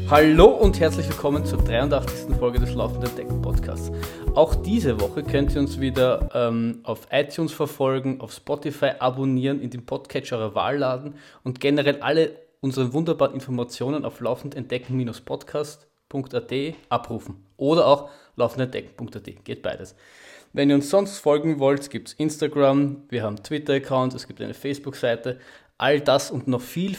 Hallo und herzlich willkommen zur 83. Folge des Laufenden Decken Podcasts. Auch diese Woche könnt ihr uns wieder auf iTunes verfolgen, auf Spotify abonnieren, in den Podcatcher eurer Wahl laden und generell alle unsere wunderbaren Informationen auf laufendentdecken-podcast.at abrufen oder auch laufendentdecken.at, geht beides. Wenn ihr uns sonst folgen wollt, gibt es Instagram, wir haben Twitter-Accounts, es gibt eine Facebook-Seite. All das und noch viel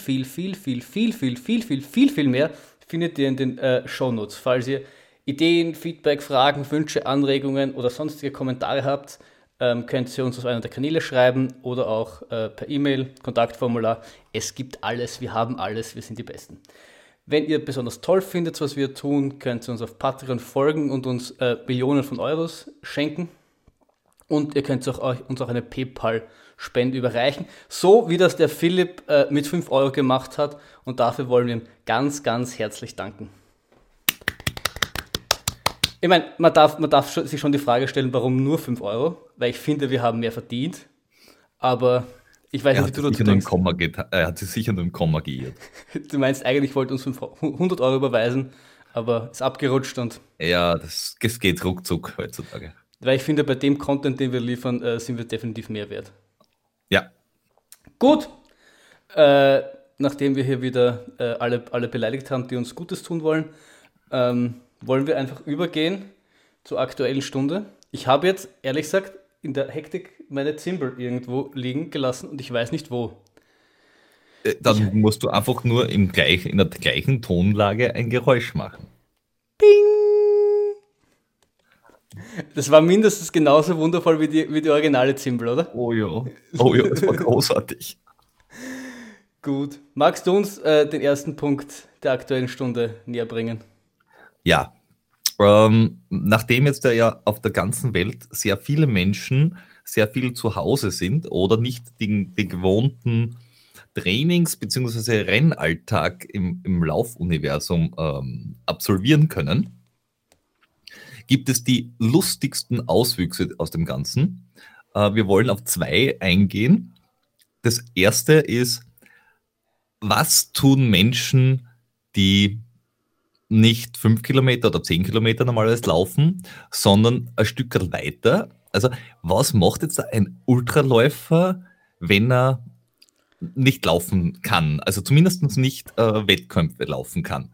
mehr findet ihr in den Shownotes. Falls ihr Ideen, Feedback, Fragen, Wünsche, Anregungen oder sonstige Kommentare habt, könnt ihr uns auf einer der Kanäle schreiben oder auch per E-Mail, Kontaktformular. Es gibt alles, wir haben alles, wir sind die Besten. Wenn ihr besonders toll findet, was wir tun, könnt ihr uns auf Patreon folgen und uns Millionen von Euros schenken. Und ihr könnt uns auch eine PayPal-Spende überreichen, so wie das der Philipp mit 5 Euro gemacht hat. Und dafür wollen wir ihm ganz, ganz herzlich danken. Ich meine, man darf sich schon die Frage stellen, warum nur 5 Euro? Weil ich finde, wir haben mehr verdient. Aber ich weiß nicht, wie du dazu denkst. Er hat sich sicher nur im Komma geirrt. Du meinst, eigentlich wollte uns 100 Euro überweisen, aber ist abgerutscht und... Ja, das geht ruckzuck heutzutage. Weil ich finde, bei dem Content, den wir liefern, sind wir definitiv mehr wert. Ja. Gut. Nachdem wir hier wieder alle beleidigt haben, die uns Gutes tun wollen, wollen wir einfach übergehen zur aktuellen Stunde. Ich habe jetzt, ehrlich gesagt, in der Hektik meine Zimbel irgendwo liegen gelassen und ich weiß nicht wo. Dann musst du einfach nur in der gleichen Tonlage ein Geräusch machen. Ping! Das war mindestens genauso wundervoll wie die originale Zimbel, oder? Oh ja, das war großartig. Gut. Magst du uns den ersten Punkt der aktuellen Stunde näher bringen? Ja. Nachdem jetzt ja auf der ganzen Welt sehr viele Menschen sehr viel zu Hause sind oder nicht den gewohnten Trainings- bzw. Rennalltag im Laufuniversum absolvieren können, gibt es die lustigsten Auswüchse aus dem Ganzen. Wir wollen auf 2 eingehen. Das erste ist, was tun Menschen, die nicht 5 Kilometer oder 10 Kilometer normalerweise laufen, sondern ein Stück weiter? Also was macht jetzt ein Ultraläufer, wenn er nicht laufen kann? Also zumindest nicht Wettkämpfe laufen kann.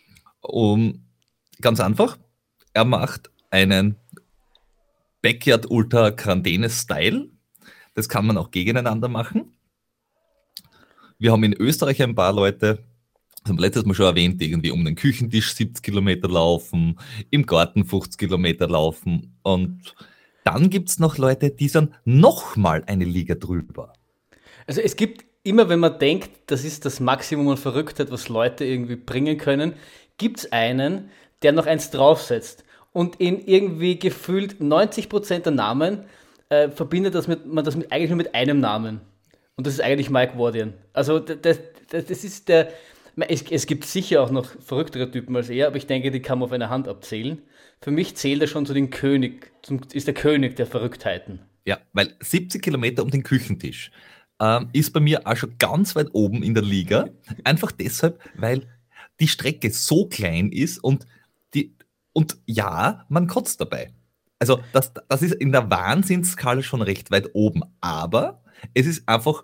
Ganz einfach. Er macht einen Backyard Ultra Quarantäne Style. Das kann man auch gegeneinander machen. Wir haben in Österreich ein paar Leute, das haben wir letztes Mal schon erwähnt, die irgendwie um den Küchentisch 70 Kilometer laufen, im Garten 50 Kilometer laufen. Und dann gibt es noch Leute, die sind nochmal eine Liga drüber. Also es gibt immer, wenn man denkt, das ist das Maximum an Verrücktheit, was Leute irgendwie bringen können, gibt es einen, der noch eins draufsetzt. Und in irgendwie gefühlt 90% der Namen verbindet man das eigentlich nur mit einem Namen. Und das ist eigentlich Mike Wardian. Also das ist der... Es gibt sicher auch noch verrücktere Typen als er, aber ich denke, die kann man auf eine Hand abzählen. Für mich zählt er schon zu den ist der König der Verrücktheiten. Ja, weil 70 Kilometer um den Küchentisch ist bei mir auch schon ganz weit oben in der Liga. Einfach deshalb, weil die Strecke so klein ist und ja, man kotzt dabei. Also das ist in der Wahnsinnsskala schon recht weit oben. Aber es ist einfach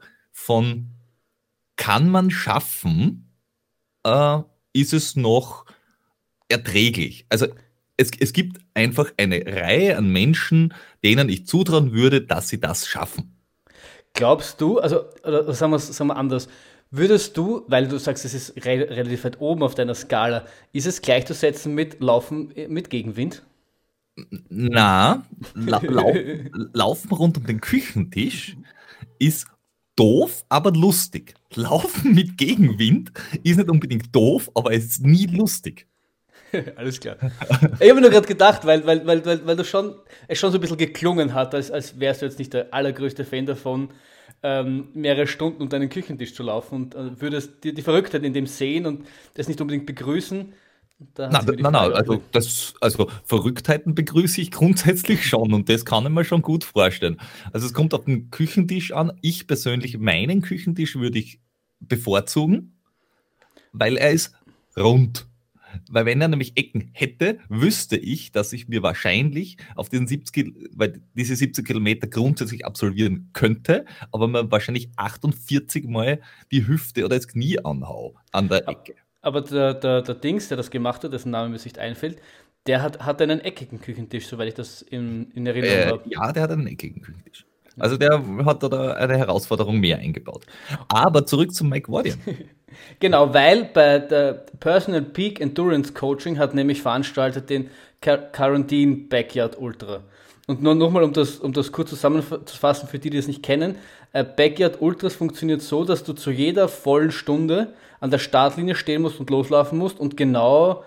kann man schaffen, ist es noch erträglich. Also es gibt einfach eine Reihe an Menschen, denen ich zutrauen würde, dass sie das schaffen. Glaubst du, oder sagen wir anders, würdest du, weil du sagst, es ist relativ weit oben auf deiner Skala, ist es gleichzusetzen mit Laufen mit Gegenwind? Na, Laufen rund um den Küchentisch ist doof, aber lustig. Laufen mit Gegenwind ist nicht unbedingt doof, aber es ist nie lustig. Alles klar. Ich habe nur gerade gedacht, weil du es schon so ein bisschen geklungen hat, als wärst du jetzt nicht der allergrößte Fan davon, mehrere Stunden um deinen Küchentisch zu laufen und würdest die Verrücktheit in dem sehen und das nicht unbedingt begrüßen. Nein, also Verrücktheiten begrüße ich grundsätzlich schon und das kann ich mir schon gut vorstellen. Also es kommt auf den Küchentisch an. Ich persönlich, meinen Küchentisch würde ich bevorzugen, weil er ist rund. Weil wenn er nämlich Ecken hätte, wüsste ich, dass ich mir wahrscheinlich auf diesen weil diese 70 Kilometer grundsätzlich absolvieren könnte, aber mir wahrscheinlich 48 Mal die Hüfte oder das Knie anhau an der Ecke. Aber der Dings, der das gemacht hat, dessen Name mir nicht einfällt, der hat einen eckigen Küchentisch, soweit ich das in Erinnerung habe. Ja, der hat einen eckigen Küchentisch. Also der hat da eine Herausforderung mehr eingebaut. Aber zurück zum Mike Wardian. Genau, weil bei der Personal Peak Endurance Coaching hat nämlich veranstaltet den Quarantine Backyard Ultra. Und nur nochmal, um das kurz zusammenzufassen für die es nicht kennen, Backyard Ultras funktioniert so, dass du zu jeder vollen Stunde an der Startlinie stehen musst und loslaufen musst und genau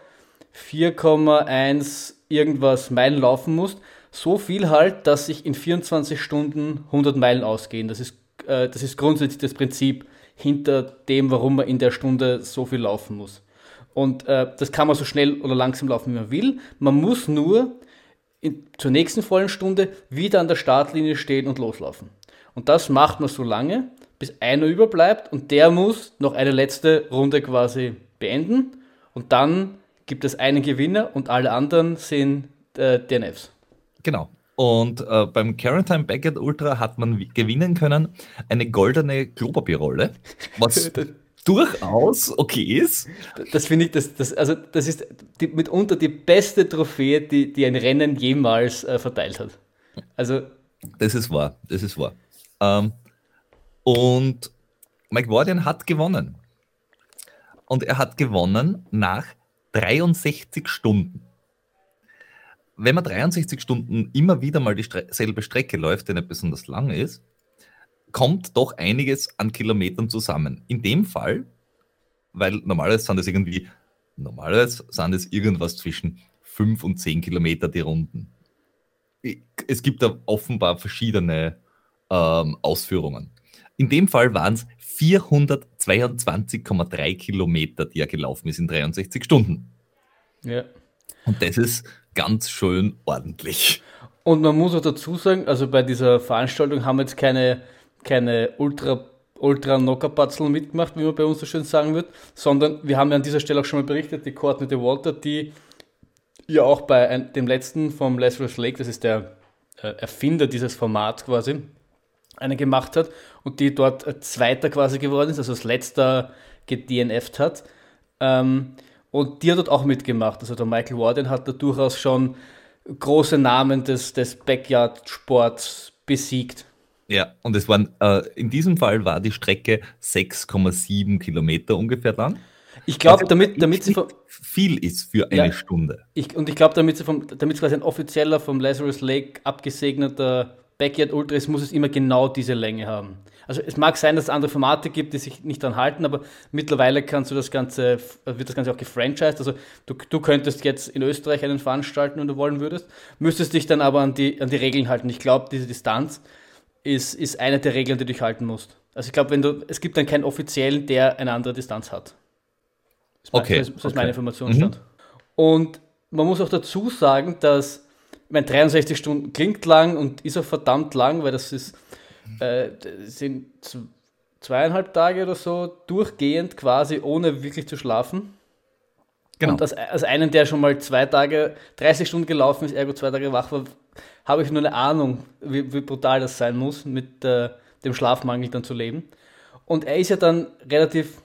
4,1 irgendwas Meilen laufen musst. So viel halt, dass sich in 24 Stunden 100 Meilen ausgehen. Das ist grundsätzlich das Prinzip hinter dem, warum man in der Stunde so viel laufen muss. Und das kann man so schnell oder langsam laufen, wie man will. Man muss nur zur nächsten vollen Stunde wieder an der Startlinie stehen und loslaufen. Und das macht man so lange, bis einer überbleibt und der muss noch eine letzte Runde quasi beenden. Und dann gibt es einen Gewinner und alle anderen sind DNFs. Genau. Und beim Quarantine Backyard Ultra hat man gewinnen können eine goldene Klopapierrolle, was durchaus okay ist. Das finde ich, das ist mitunter die beste Trophäe, die ein Rennen jemals verteilt hat. Also das ist wahr. Und Mike Wardian hat gewonnen. Und er hat gewonnen nach 63 Stunden. Wenn man 63 Stunden immer wieder mal dieselbe Strecke läuft, die nicht besonders lang ist, kommt doch einiges an Kilometern zusammen. In dem Fall, weil normalerweise sind es irgendwas zwischen 5 und 10 Kilometer die Runden. Es gibt da offenbar verschiedene Ausführungen. In dem Fall waren es 422,3 Kilometer, die er gelaufen ist in 63 Stunden. Ja. Und das ist ganz schön ordentlich. Und man muss auch dazu sagen, also bei dieser Veranstaltung haben jetzt keine Ultra-Knockerpatzeln mitgemacht, wie man bei uns so schön sagen wird, sondern wir haben ja an dieser Stelle auch schon mal berichtet, die Courtney Dauwalter, die ja auch bei dem letzten vom Lazarus Lake, das ist der Erfinder dieses Formats quasi, eine gemacht hat und die dort Zweiter quasi geworden ist, also als letzter gedNF'd hat. Und die hat dort auch mitgemacht. Also der Michael Wardian hat da durchaus schon große Namen des Backyard-Sports besiegt. Ja, und es waren, in diesem Fall war die Strecke 6,7 Kilometer ungefähr lang. Ich glaube, damit sie viel ist für eine Stunde. Ich glaube, damit es quasi ein offizieller vom Lazarus Lake abgesegneter Backyard Ultra ist, muss es immer genau diese Länge haben. Also es mag sein, dass es andere Formate gibt, die sich nicht dran halten, aber mittlerweile wird das Ganze auch gefranchised. Also du könntest jetzt in Österreich einen veranstalten, wenn du wollen würdest, müsstest dich dann aber an die Regeln halten. Ich glaube, diese Distanz ist eine der Regeln, die du dich halten musst. Also ich glaube, es gibt dann keinen offiziellen, der eine andere Distanz hat. Das ist mein Informationsstand. Und man muss auch dazu sagen, dass 63 Stunden klingt lang und ist auch verdammt lang, weil das sind 2,5 Tage oder so durchgehend quasi ohne wirklich zu schlafen. Genau. Und als einen, der schon mal 2 Tage, 30 Stunden gelaufen ist, ergo 2 Tage wach war, habe ich nur eine Ahnung, wie brutal das sein muss, mit dem Schlafmangel dann zu leben. Und er ist ja dann relativ,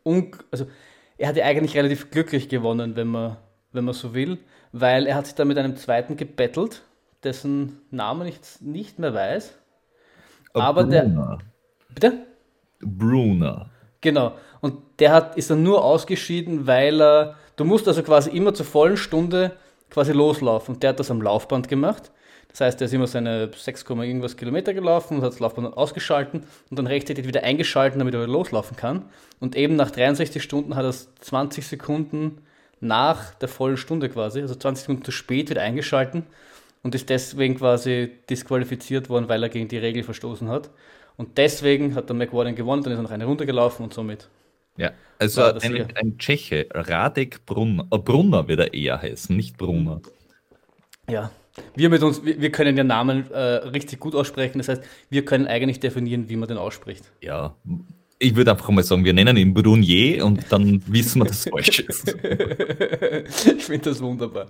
er hat ja eigentlich relativ glücklich gewonnen, wenn man so will, weil er hat sich dann mit einem zweiten gebettelt, dessen Namen ich jetzt nicht mehr weiß. Aber Brunner. Bitte? Brunner. Genau. Und der ist dann nur ausgeschieden, weil du musst also quasi immer zur vollen Stunde quasi loslaufen. Und der hat das am Laufband gemacht. Das heißt, er ist immer seine 6, irgendwas Kilometer gelaufen und hat das Laufband dann ausgeschalten und dann rechtzeitig wieder eingeschalten, damit er wieder loslaufen kann. Und eben nach 63 Stunden hat er es 20 Sekunden nach der vollen Stunde quasi, also 20 Sekunden zu spät wieder eingeschalten und ist deswegen quasi disqualifiziert worden, weil er gegen die Regel verstoßen hat. Und deswegen hat der Mike Wardian gewonnen, dann ist er noch eine Runde gelaufen und somit. Ja, also ein Tscheche, Radek Brunner, Brunner wird er eher heißen, nicht Brunner. Ja, wir können ja Namen richtig gut aussprechen, das heißt, wir können eigentlich definieren, wie man den ausspricht. Ja, Ich würde einfach mal sagen, wir nennen ihn Brunier und dann wissen wir, dass es falsch ist. Ich finde das wunderbar.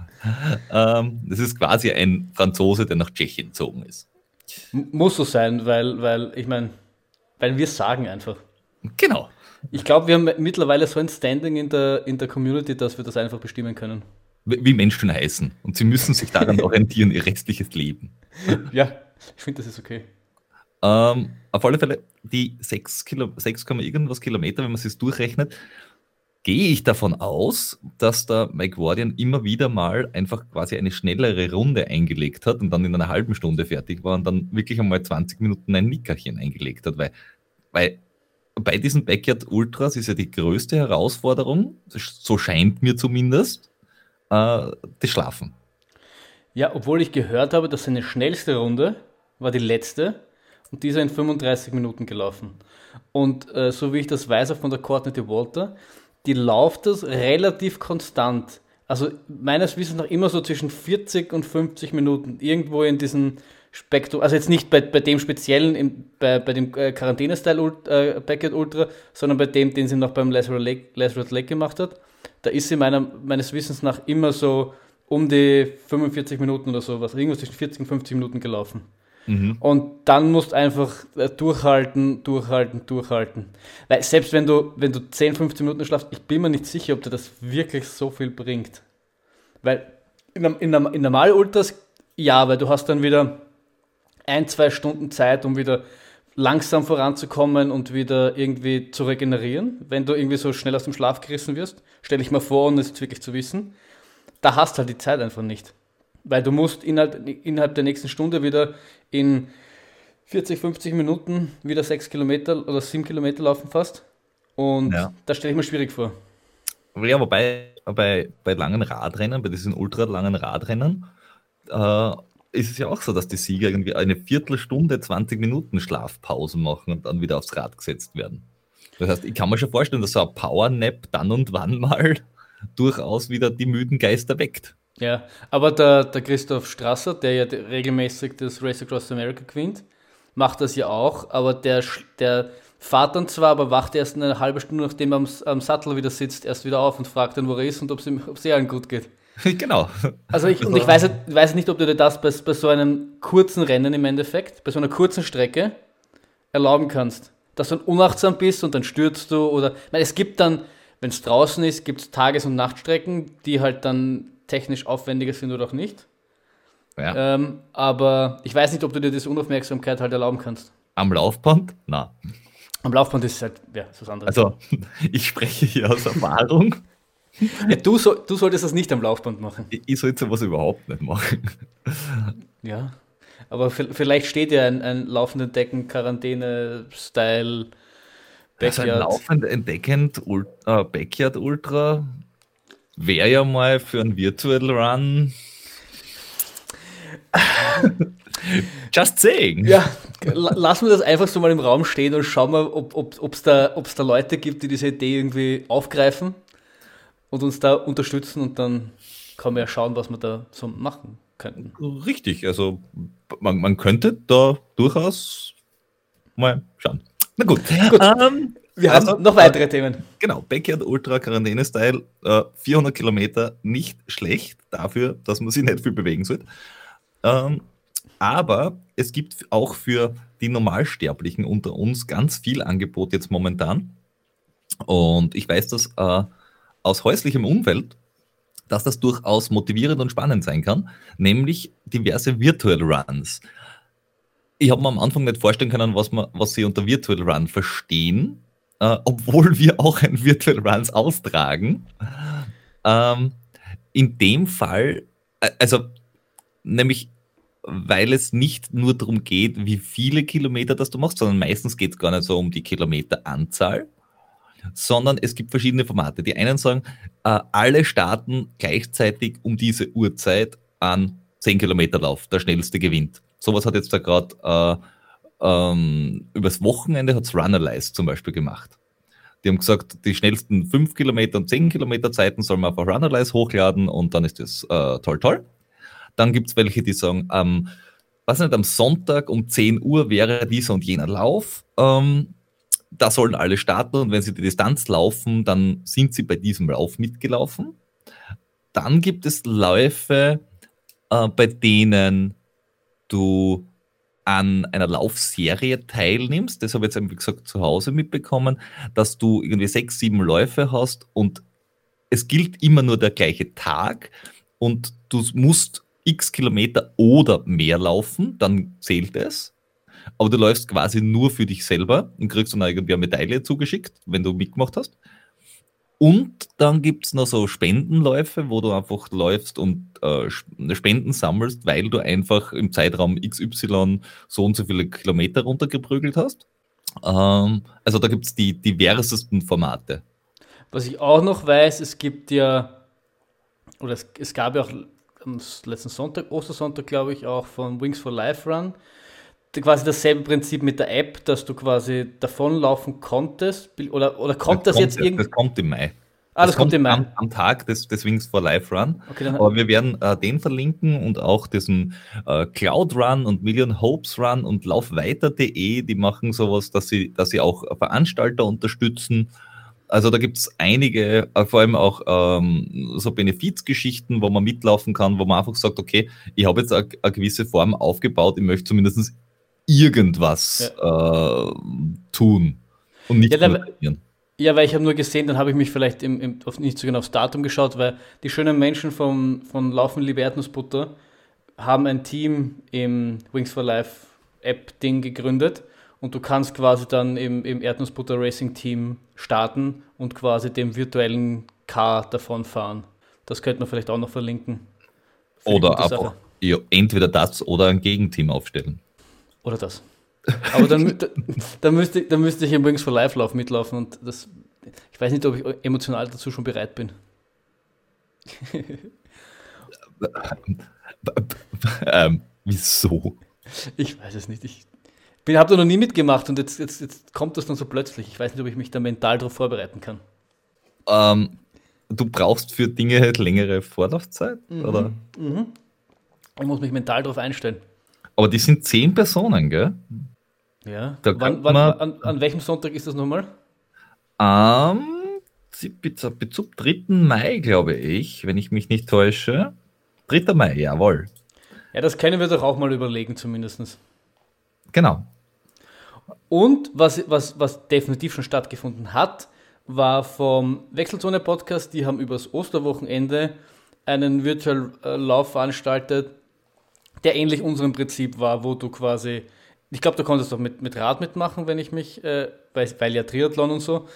Das ist quasi ein Franzose, der nach Tschechien gezogen ist. Muss so sein, weil ich meine, weil wir sagen einfach. Genau. Ich glaube, wir haben mittlerweile so ein Standing in der Community, dass wir das einfach bestimmen können. Wie Menschen heißen. Und sie müssen sich daran orientieren, ihr restliches Leben. Ja, ich finde, das ist okay. Auf alle Fälle, die 6, irgendwas Kilometer, wenn man es durchrechnet, gehe ich davon aus, dass der Mike Wardian immer wieder mal einfach quasi eine schnellere Runde eingelegt hat und dann in einer halben Stunde fertig war und dann wirklich einmal 20 Minuten ein Nickerchen eingelegt hat, weil bei diesen Backyard Ultras ist ja die größte Herausforderung, so scheint mir zumindest, das Schlafen. Ja, obwohl ich gehört habe, dass seine schnellste Runde war die letzte und die ist in 35 Minuten gelaufen. Und so wie ich das weiß, auch von der Courtney Dauwalter, die läuft das relativ konstant. Also meines Wissens nach immer so zwischen 40 und 50 Minuten, irgendwo in diesem Spektrum. Also jetzt nicht bei dem speziellen, bei dem Quarantäne-Style Backyard Ultra, sondern bei dem, den sie noch beim Lazarus Lake gemacht hat. Da ist sie meines Wissens nach immer so um die 45 Minuten oder sowas, irgendwas zwischen 40 und 50 Minuten gelaufen. Mhm. Und dann musst du einfach durchhalten. Weil selbst wenn du 10, 15 Minuten schlafst, ich bin mir nicht sicher, ob dir das wirklich so viel bringt. Weil in normal Ultras, ja, weil du hast dann wieder 1-2 Stunden Zeit, um wieder langsam voranzukommen und wieder irgendwie zu regenerieren, wenn du irgendwie so schnell aus dem Schlaf gerissen wirst. Stelle ich mir vor, und das ist wirklich zu wissen. Da hast du halt die Zeit einfach nicht. Weil du musst innerhalb der nächsten Stunde wieder in 40, 50 Minuten wieder 6 Kilometer oder 7 Kilometer laufen fast. Und Ja. das stelle ich mir schwierig vor. Ja, wobei bei langen Radrennen, bei diesen ultralangen Radrennen, ist es ja auch so, dass die Sieger irgendwie eine Viertelstunde, 20 Minuten Schlafpausen machen und dann wieder aufs Rad gesetzt werden. Das heißt, ich kann mir schon vorstellen, dass so ein Powernap dann und wann mal durchaus wieder die müden Geister weckt. Ja, aber der Christoph Strasser, der ja regelmäßig das Race Across America gewinnt, macht das ja auch, aber der fährt dann zwar, aber wacht erst eine halbe Stunde, nachdem er am Sattel wieder sitzt, erst wieder auf und fragt dann, wo er ist und ob es allen gut geht. Genau. Also ich weiß nicht, ob du dir das bei so einem kurzen Rennen im Endeffekt, bei so einer kurzen Strecke erlauben kannst. Dass du dann unachtsam bist und dann stürzt du oder... Ich meine, es gibt dann, wenn es draußen ist, gibt es Tages- und Nachtstrecken, die halt dann technisch aufwendiger sind oder auch nicht. Ja. Aber ich weiß nicht, ob du dir diese Unaufmerksamkeit halt erlauben kannst. Am Laufband? Na. Am Laufband ist es halt, ja, ist was anderes. Also, ich spreche hier aus Erfahrung. Ja, du solltest das nicht am Laufband machen. Ich sollte sowas überhaupt nicht machen. Ja, aber vielleicht steht ja ein laufenden Decken, Quarantäne-Style, Also ein Backyard. laufend entdeckend Backyard Ultra wäre ja mal für einen Virtual Run. Just saying. Ja, lassen wir das einfach so mal im Raum stehen und schauen mal, ob es da Leute gibt, die diese Idee irgendwie aufgreifen und uns da unterstützen und dann können wir ja schauen, was wir da so machen könnten. Richtig, also man könnte da durchaus mal schauen. Na gut. Wir haben noch weitere Themen. Genau, Backyard Ultra Quarantäne-Style, 400 Kilometer, nicht schlecht dafür, dass man sich nicht viel bewegen sollte. Aber es gibt auch für die Normalsterblichen unter uns ganz viel Angebot jetzt momentan. Und ich weiß das aus häuslichem Umfeld, dass das durchaus motivierend und spannend sein kann, nämlich diverse Virtual Runs. Ich habe mir am Anfang nicht vorstellen können, was sie unter Virtual Run verstehen, obwohl wir auch ein Virtual Runs austragen. In dem Fall, also nämlich, weil es nicht nur darum geht, wie viele Kilometer das du machst, sondern meistens geht es gar nicht so um die Kilometeranzahl, sondern es gibt verschiedene Formate. Die einen sagen, alle starten gleichzeitig um diese Uhrzeit an 10 Kilometer Lauf, der schnellste gewinnt. Sowas hat jetzt da gerade übers Wochenende hat's Runalyze zum Beispiel gemacht. Die haben gesagt, die schnellsten 5 Kilometer und 10 Kilometer Zeiten soll man auf Runalyze hochladen und dann ist das toll. Dann gibt es welche, die sagen, am Sonntag um 10 Uhr wäre dieser und jener Lauf. da sollen alle starten und wenn sie die Distanz laufen, dann sind sie bei diesem Lauf mitgelaufen. Dann gibt es Läufe, bei denen du an einer Laufserie teilnimmst. Das habe ich jetzt, wie gesagt, zu Hause mitbekommen, dass du irgendwie 6, 7 Läufe hast und es gilt immer nur der gleiche Tag und du musst x Kilometer oder mehr laufen, dann zählt es. Aber du läufst quasi nur für dich selber und kriegst dann irgendwie eine Medaille zugeschickt, wenn du mitgemacht hast. Und dann gibt es noch so Spendenläufe, wo du einfach läufst und Spenden sammelst, weil du einfach im Zeitraum XY so und so viele Kilometer runtergeprügelt hast. Also da gibt es die diversesten Formate. Was ich auch noch weiß, es gibt ja, oder es gab ja auch am letzten Sonntag, Ostersonntag, glaube ich, auch von Wings for Life Run, quasi dasselbe Prinzip mit der App, dass du quasi davonlaufen konntest, oder kommt das jetzt irgendwie? Das kommt im Mai. Das kommt im Mai. Am Tag des Wings for Life Run. Okay, aber wir werden den verlinken und auch diesen Cloud Run und Million Hopes Run und laufweiter.de, die machen sowas, dass sie auch Veranstalter unterstützen. Also da gibt es einige, vor allem auch so Benefizgeschichten, wo man mitlaufen kann, wo man einfach sagt, okay, ich habe jetzt eine gewisse Form aufgebaut, ich möchte zumindest irgendwas tun und nicht nur trainieren. Ja, weil ich habe nur gesehen, dann habe ich mich vielleicht nicht so genau aufs Datum geschaut, weil die schönen Menschen von Laufen liebe Erdnussbutter haben ein Team im Wings for Life App-Ding gegründet und du kannst quasi dann im Erdnussbutter Racing Team starten und quasi dem virtuellen Car davon fahren. Das könnte man vielleicht auch noch verlinken. Oder einfach entweder das oder ein Gegenteam aufstellen. Oder das. Aber dann müsste ich im Wings for Life Lauf mitlaufen und ich weiß nicht, ob ich emotional dazu schon bereit bin. Wieso? Ich weiß es nicht. Ich habe da noch nie mitgemacht und jetzt kommt das dann so plötzlich. Ich weiß nicht, ob ich mich da mental darauf vorbereiten kann. Du brauchst für Dinge halt längere Vorlaufzeit? Oder? Mhm. Ich muss mich mental darauf einstellen. Aber die sind 10 Personen, gell? Ja. An welchem Sonntag ist das nochmal? Bis zum 3. Mai, glaube ich, wenn ich mich nicht täusche. 3. Mai, jawohl. Ja, das können wir doch auch mal überlegen, zumindest. Genau. Und was definitiv schon stattgefunden hat, war vom Wechselzone-Podcast, die haben übers Osterwochenende einen Virtual Lauf veranstaltet, der ähnlich unserem Prinzip war, wo du quasi, ich glaube, du konntest auch mit Rad mitmachen, wenn ich mich, weil ja Triathlon und so.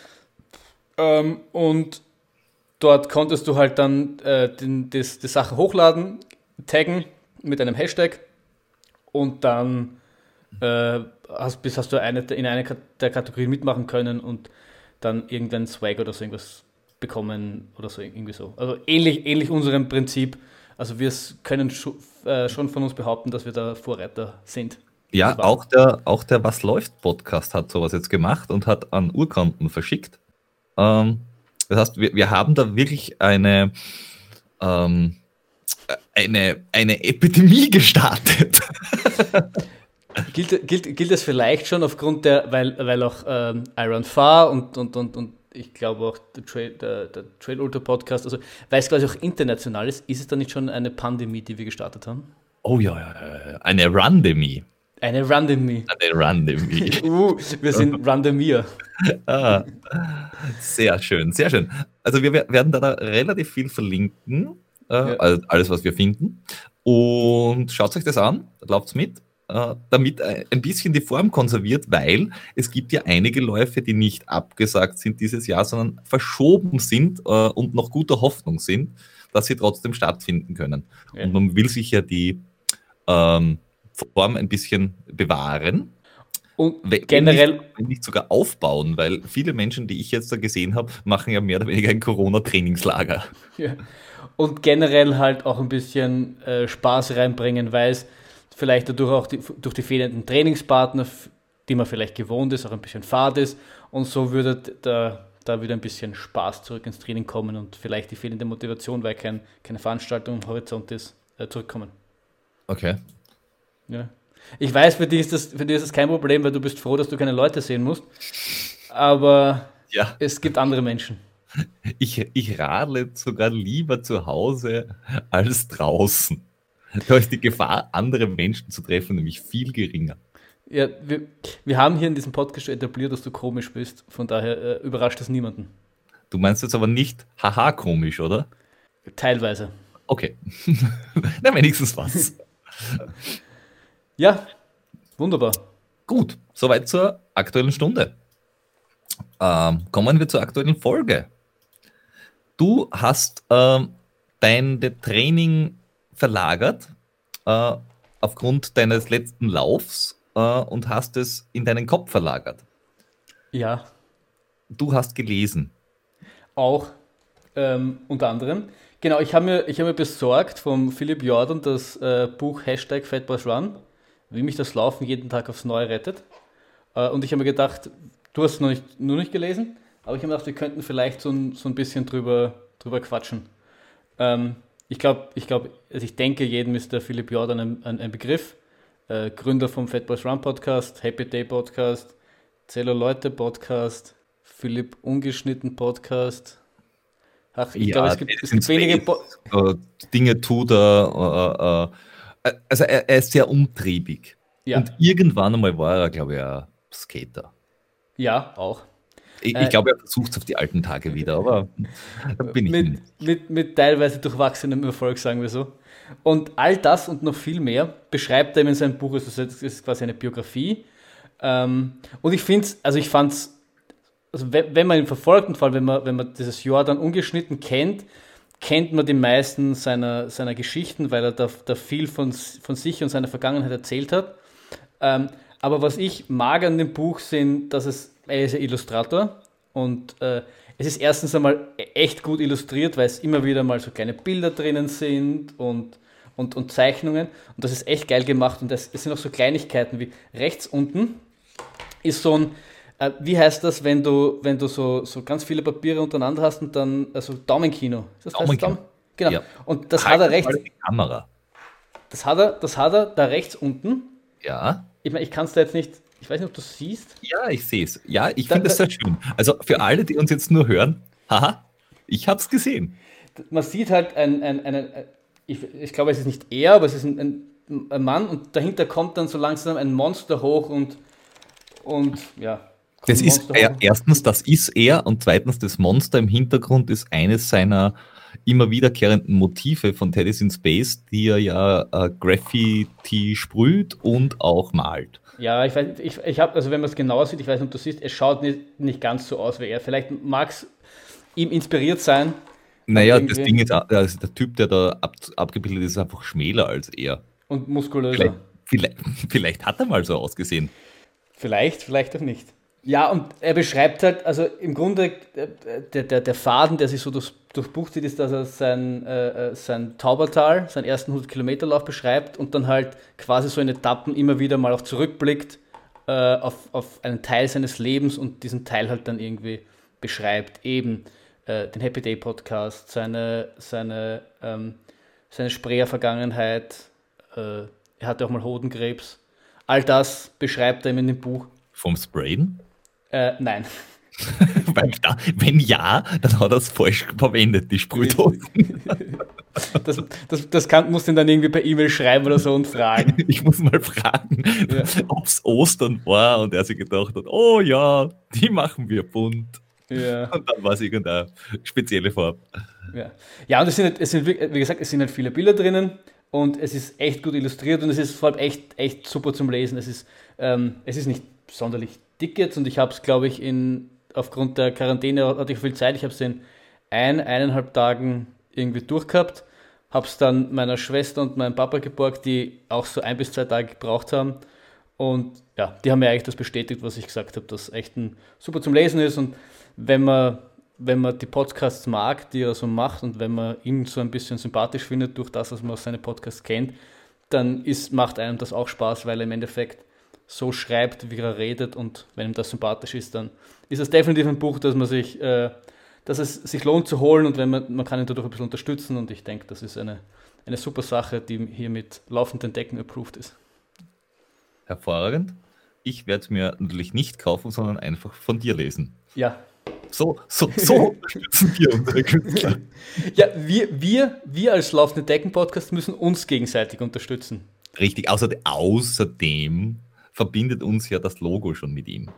Und dort konntest du halt dann die Sache hochladen, taggen mit einem Hashtag und dann hast du in einer der Kategorien mitmachen können und dann irgendeinen Swag oder so irgendwas bekommen oder so irgendwie so. Also ähnlich unserem Prinzip. Also wir können schon von uns behaupten, dass wir da Vorreiter sind. Ja, auch der Was läuft Podcast hat sowas jetzt gemacht und hat an Urkunden verschickt. Das heißt, wir haben da wirklich eine Epidemie gestartet. Gilt das vielleicht schon aufgrund weil auch Iron Far und ich glaube auch der Trail Ultra Podcast, also weil es quasi auch international ist es dann nicht schon eine Pandemie, die wir gestartet haben? Oh ja, eine Randemie. Eine Randemie. Wir sind Randemier. Sehr schön, sehr schön. Also wir werden da relativ viel verlinken, alles, was wir finden. Und schaut euch das an, lauft's mit, damit ein bisschen die Form konserviert, weil es gibt ja einige Läufe, die nicht abgesagt sind dieses Jahr, sondern verschoben sind und noch guter Hoffnung sind, dass sie trotzdem stattfinden können. Ja. Und man will sich ja die Form ein bisschen bewahren. Und generell wenn nicht sogar aufbauen, weil viele Menschen, die ich jetzt da gesehen habe, machen ja mehr oder weniger ein Corona-Trainingslager. Ja. Und generell halt auch ein bisschen Spaß reinbringen, weil es vielleicht dadurch auch durch die fehlenden Trainingspartner, die man vielleicht gewohnt ist, auch ein bisschen fad ist. Und so würde da wieder ein bisschen Spaß zurück ins Training kommen und vielleicht die fehlende Motivation, weil keine Veranstaltung am Horizont ist, zurückkommen. Okay. Ja. Ich weiß, für dich ist das kein Problem, weil du bist froh, dass du keine Leute sehen musst. aber Ja, es gibt andere Menschen. ich radle sogar lieber zu Hause als draußen. Da ist die Gefahr, andere Menschen zu treffen, nämlich viel geringer. Ja, wir haben hier in diesem Podcast schon etabliert, dass du komisch bist, von daher überrascht das niemanden. Du meinst jetzt aber nicht haha komisch, oder? Teilweise. Okay. Na, wenigstens was. Ja, wunderbar. Gut, soweit zur aktuellen Stunde. Kommen wir zur aktuellen Folge. Du hast dein Training verlagert aufgrund deines letzten Laufs und hast es in deinen Kopf verlagert. Ja, Du hast gelesen. auch unter anderem. Genau, ich hab mir besorgt vom Philipp Jordan das Buch Hashtag #FatBoysRun, wie mich das Laufen jeden Tag aufs Neue rettet. Und ich habe mir gedacht, du hast es nur nicht gelesen, aber ich habe mir gedacht, wir könnten vielleicht so ein bisschen drüber quatschen. Also ich denke, jedem ist der Philipp Jordan ein Begriff. Gründer vom Fat Boys Run Podcast, Happy Day Podcast, Zello Leute Podcast, Philipp Ungeschnitten Podcast. Ach, ich glaube, Ja, es gibt wenige. Dinge tut er. Also er ist sehr umtriebig. Ja, Und irgendwann einmal war er, glaube ich, ein Skater. ja, auch. Ich glaube, er versucht es auf die alten Tage wieder, aber da bin ich Mit, nicht. mit teilweise durchwachsenem Erfolg, sagen wir so. Und all das und noch viel mehr beschreibt er in seinem Buch. Also es ist quasi eine Biografie. Und ich fand's, also wenn man ihn verfolgt und vor allem wenn man dieses Jordan ungeschnitten kennt, kennt man die meisten seiner Geschichten, weil er da viel von sich und seiner Vergangenheit erzählt hat. Aber was ich mag an dem Buch sind, er ist ja Illustrator und es ist erstens einmal echt gut illustriert, weil es immer wieder mal so kleine Bilder drinnen sind und Zeichnungen und das ist echt geil gemacht und es sind auch so Kleinigkeiten wie rechts unten ist so ein, wie heißt das, wenn du so ganz viele Papiere untereinander hast und dann, also Daumenkino. Ist das heißt Daumenkino. Genau. Ja. Und das hat er rechts, Mal die Kamera. das hat er da rechts unten. Ja. Ich meine, ich kann es da jetzt nicht, ich weiß nicht, ob du es siehst. Ja, ich sehe es. Ja, ich Da, finde da, es sehr schön. Also für alle, die uns jetzt nur hören, haha, ich habe es gesehen. Man sieht halt ich glaube, es ist nicht er, aber es ist ein Mann und dahinter kommt dann so langsam ein Monster hoch und ja, kommt Das ein ist Monster hoch. erstens, das ist er und zweitens, das Monster im Hintergrund ist eines seiner immer wiederkehrenden Motive von Teddy's in Space, die er ja Graffiti sprüht und auch malt. Ja, ich weiß, ich habe, also wenn man es genauer sieht, ich weiß nicht, ob du siehst, es schaut nicht ganz so aus wie er. Vielleicht mag es ihm inspiriert sein, aber Naja, das irgendwie Ding ist, also der Typ, der da abgebildet ist, ist einfach schmäler als er. und Vielleicht, muskulöser. vielleicht, vielleicht hat er mal so ausgesehen. Vielleicht auch nicht. Ja, und er beschreibt halt, also im Grunde der Faden, der sich so durchs Buch zieht, ist, dass er sein Taubertal, seinen ersten 100-Kilometer-Lauf beschreibt und dann halt quasi so in Etappen immer wieder mal auch zurückblickt auf einen Teil seines Lebens und diesen Teil halt dann irgendwie beschreibt. Eben den Happy Day Podcast, seine Sprayer-Vergangenheit, er hatte auch mal Hodenkrebs. All das beschreibt er ihm in dem Buch. Vom Sprayen? Nein. Weil wenn ja, dann hat er es falsch verwendet, die Sprühdose. Musst du ihn dann irgendwie per E-Mail schreiben oder so und fragen. Ich muss mal fragen, Ja. ob es Ostern war und er sich gedacht hat, oh ja, die machen wir bunt. Ja, Und dann war es irgendeine spezielle Farbe. ja. Ja, und wie gesagt, es sind halt viele Bilder drinnen und es ist echt gut illustriert und es ist vor allem echt super zum Lesen. Es ist nicht sonderlich dick jetzt und ich habe es, glaube ich, aufgrund der Quarantäne hatte ich viel Zeit. Ich habe es in 1,5 Tagen irgendwie durchgehabt, habe es dann meiner Schwester und meinem Papa geborgt, die auch so 1 bis 2 Tage gebraucht haben. Und ja, die haben mir eigentlich das bestätigt, was ich gesagt habe, dass echt super zum Lesen ist. Und wenn man die Podcasts mag, die er so macht, und wenn man ihn so ein bisschen sympathisch findet durch das, was man aus seinen Podcasts kennt, dann macht einem das auch Spaß, weil er im Endeffekt so schreibt, wie er redet. Und wenn ihm das sympathisch ist, dann ist es definitiv ein Buch, dass es sich lohnt zu holen und wenn man kann ihn dadurch ein bisschen unterstützen. Und ich denke, das ist eine super Sache, die hier mit laufenden Decken approved ist. Hervorragend. ich werde es mir natürlich nicht kaufen, sondern einfach von dir lesen. Ja. So unterstützen wir unsere Künstler. Ja, wir als Laufende Decken-Podcast müssen uns gegenseitig unterstützen. Richtig, außerdem verbindet uns ja das Logo schon mit ihm.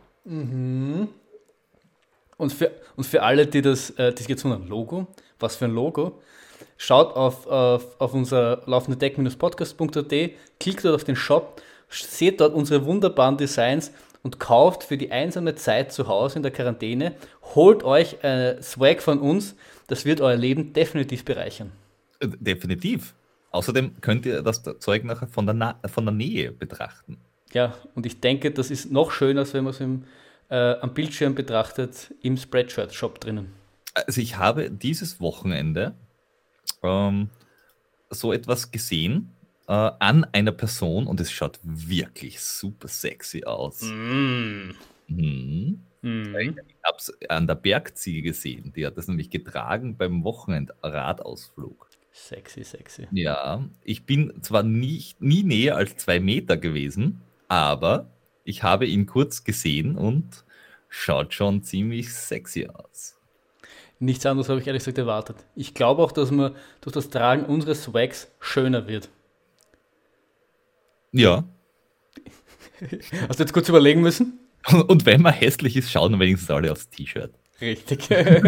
Und für alle, die sich jetzt wundern, Logo? Was für ein Logo? Schaut auf unser laufendedeck-podcast.at, klickt dort auf den Shop, seht dort unsere wunderbaren Designs und kauft für die einsame Zeit zu Hause in der Quarantäne, holt euch Swag von uns, das wird euer Leben definitiv bereichern. Definitiv. Außerdem könnt ihr das Zeug nachher von der Nähe betrachten. Ja, und ich denke, das ist noch schöner, als wenn man es am Bildschirm betrachtet, im Spreadshirt-Shop drinnen. Also ich habe dieses Wochenende so etwas gesehen an einer Person und es schaut wirklich super sexy aus. Mhm. Ich habe es an der Bergziege gesehen. Die hat das nämlich getragen beim Wochenendradausflug. Sexy. Ja, ich bin zwar nie näher als 2 Meter gewesen, aber ich habe ihn kurz gesehen und schaut schon ziemlich sexy aus. Nichts anderes habe ich ehrlich gesagt erwartet. Ich glaube auch, dass man durch das Tragen unseres Swags schöner wird. Ja. Hast du jetzt kurz überlegen müssen? Und wenn man hässlich ist, schauen wenigstens alle aufs T-Shirt. Richtig.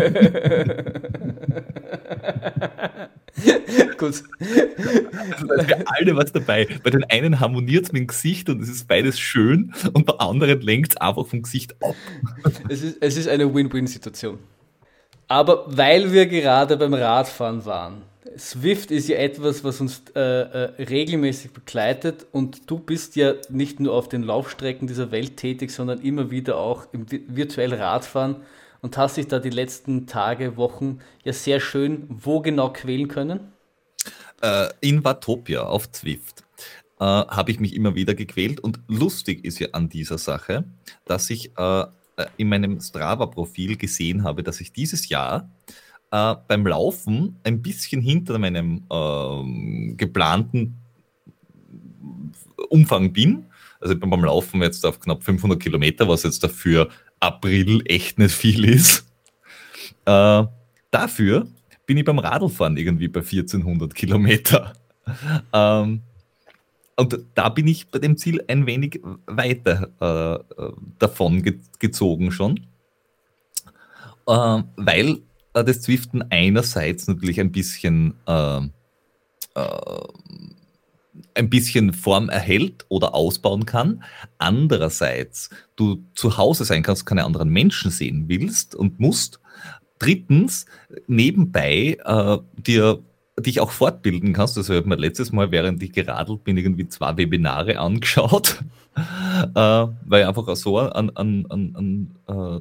Gut. Also da ist für alle was dabei. Bei den einen harmoniert es mit dem Gesicht und es ist beides schön und bei anderen lenkt es einfach vom Gesicht ab. Es ist eine Win-Win-Situation. Aber weil wir gerade beim Radfahren waren, Zwift ist ja etwas, was uns regelmäßig begleitet und du bist ja nicht nur auf den Laufstrecken dieser Welt tätig, sondern immer wieder auch im virtuellen Radfahren und hast dich da die letzten Tage, Wochen ja sehr schön wo genau quälen können? In Watopia auf Zwift habe ich mich immer wieder gequält und lustig ist ja an dieser Sache, dass ich in meinem Strava-Profil gesehen habe, dass ich dieses Jahr beim Laufen ein bisschen hinter meinem geplanten Umfang bin. Also ich bin beim Laufen jetzt auf knapp 500 Kilometer, was jetzt dafür April echt nicht viel ist. Dafür bin ich beim Radlfahren irgendwie bei 1400 Kilometer. Und da bin ich bei dem Ziel ein wenig weiter davon gezogen schon, weil das Zwiften einerseits natürlich ein bisschen Form erhält oder ausbauen kann, andererseits du zu Hause sein kannst, keine anderen Menschen sehen willst und musst, drittens nebenbei dich auch fortbilden kannst. Also ich habe mir letztes Mal, während ich geradelt bin, irgendwie 2 Webinare angeschaut, weil ich einfach so einen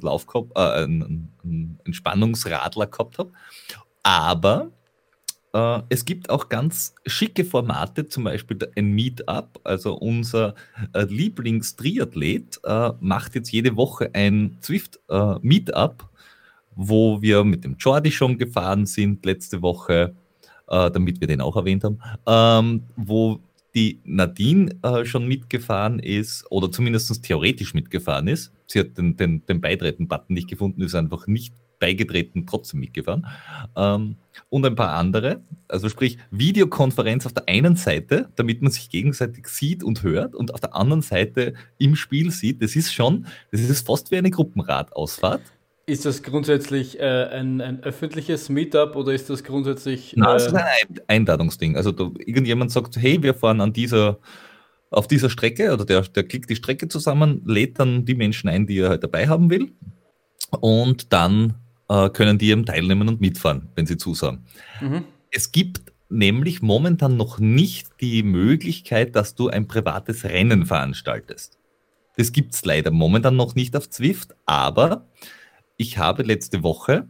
Entspannungsradler gehabt habe. Aber es gibt auch ganz schicke Formate, zum Beispiel ein Meetup. Also unser Lieblingstriathlet macht jetzt jede Woche ein Zwift-Meetup, wo wir mit dem Jordi schon gefahren sind letzte Woche, damit wir den auch erwähnt haben, wo die Nadine schon mitgefahren ist oder zumindest theoretisch mitgefahren ist. Sie hat den Beitreten-Button nicht gefunden, ist einfach nicht beigetreten, trotzdem mitgefahren. Und ein paar andere, also sprich Videokonferenz auf der einen Seite, damit man sich gegenseitig sieht und hört und auf der anderen Seite im Spiel sieht. Das ist fast wie eine Gruppenradausfahrt. Ist das grundsätzlich ein öffentliches Meetup oder ist das grundsätzlich... Nein, das ist ein Einladungsding. Also irgendjemand sagt, hey, wir fahren auf dieser Strecke oder der klickt die Strecke zusammen, lädt dann die Menschen ein, die er halt dabei haben will und dann können die eben teilnehmen und mitfahren, wenn sie zusagen. Mhm. Es gibt nämlich momentan noch nicht die Möglichkeit, dass du ein privates Rennen veranstaltest. Das gibt es leider momentan noch nicht auf Zwift, aber ich habe letzte Woche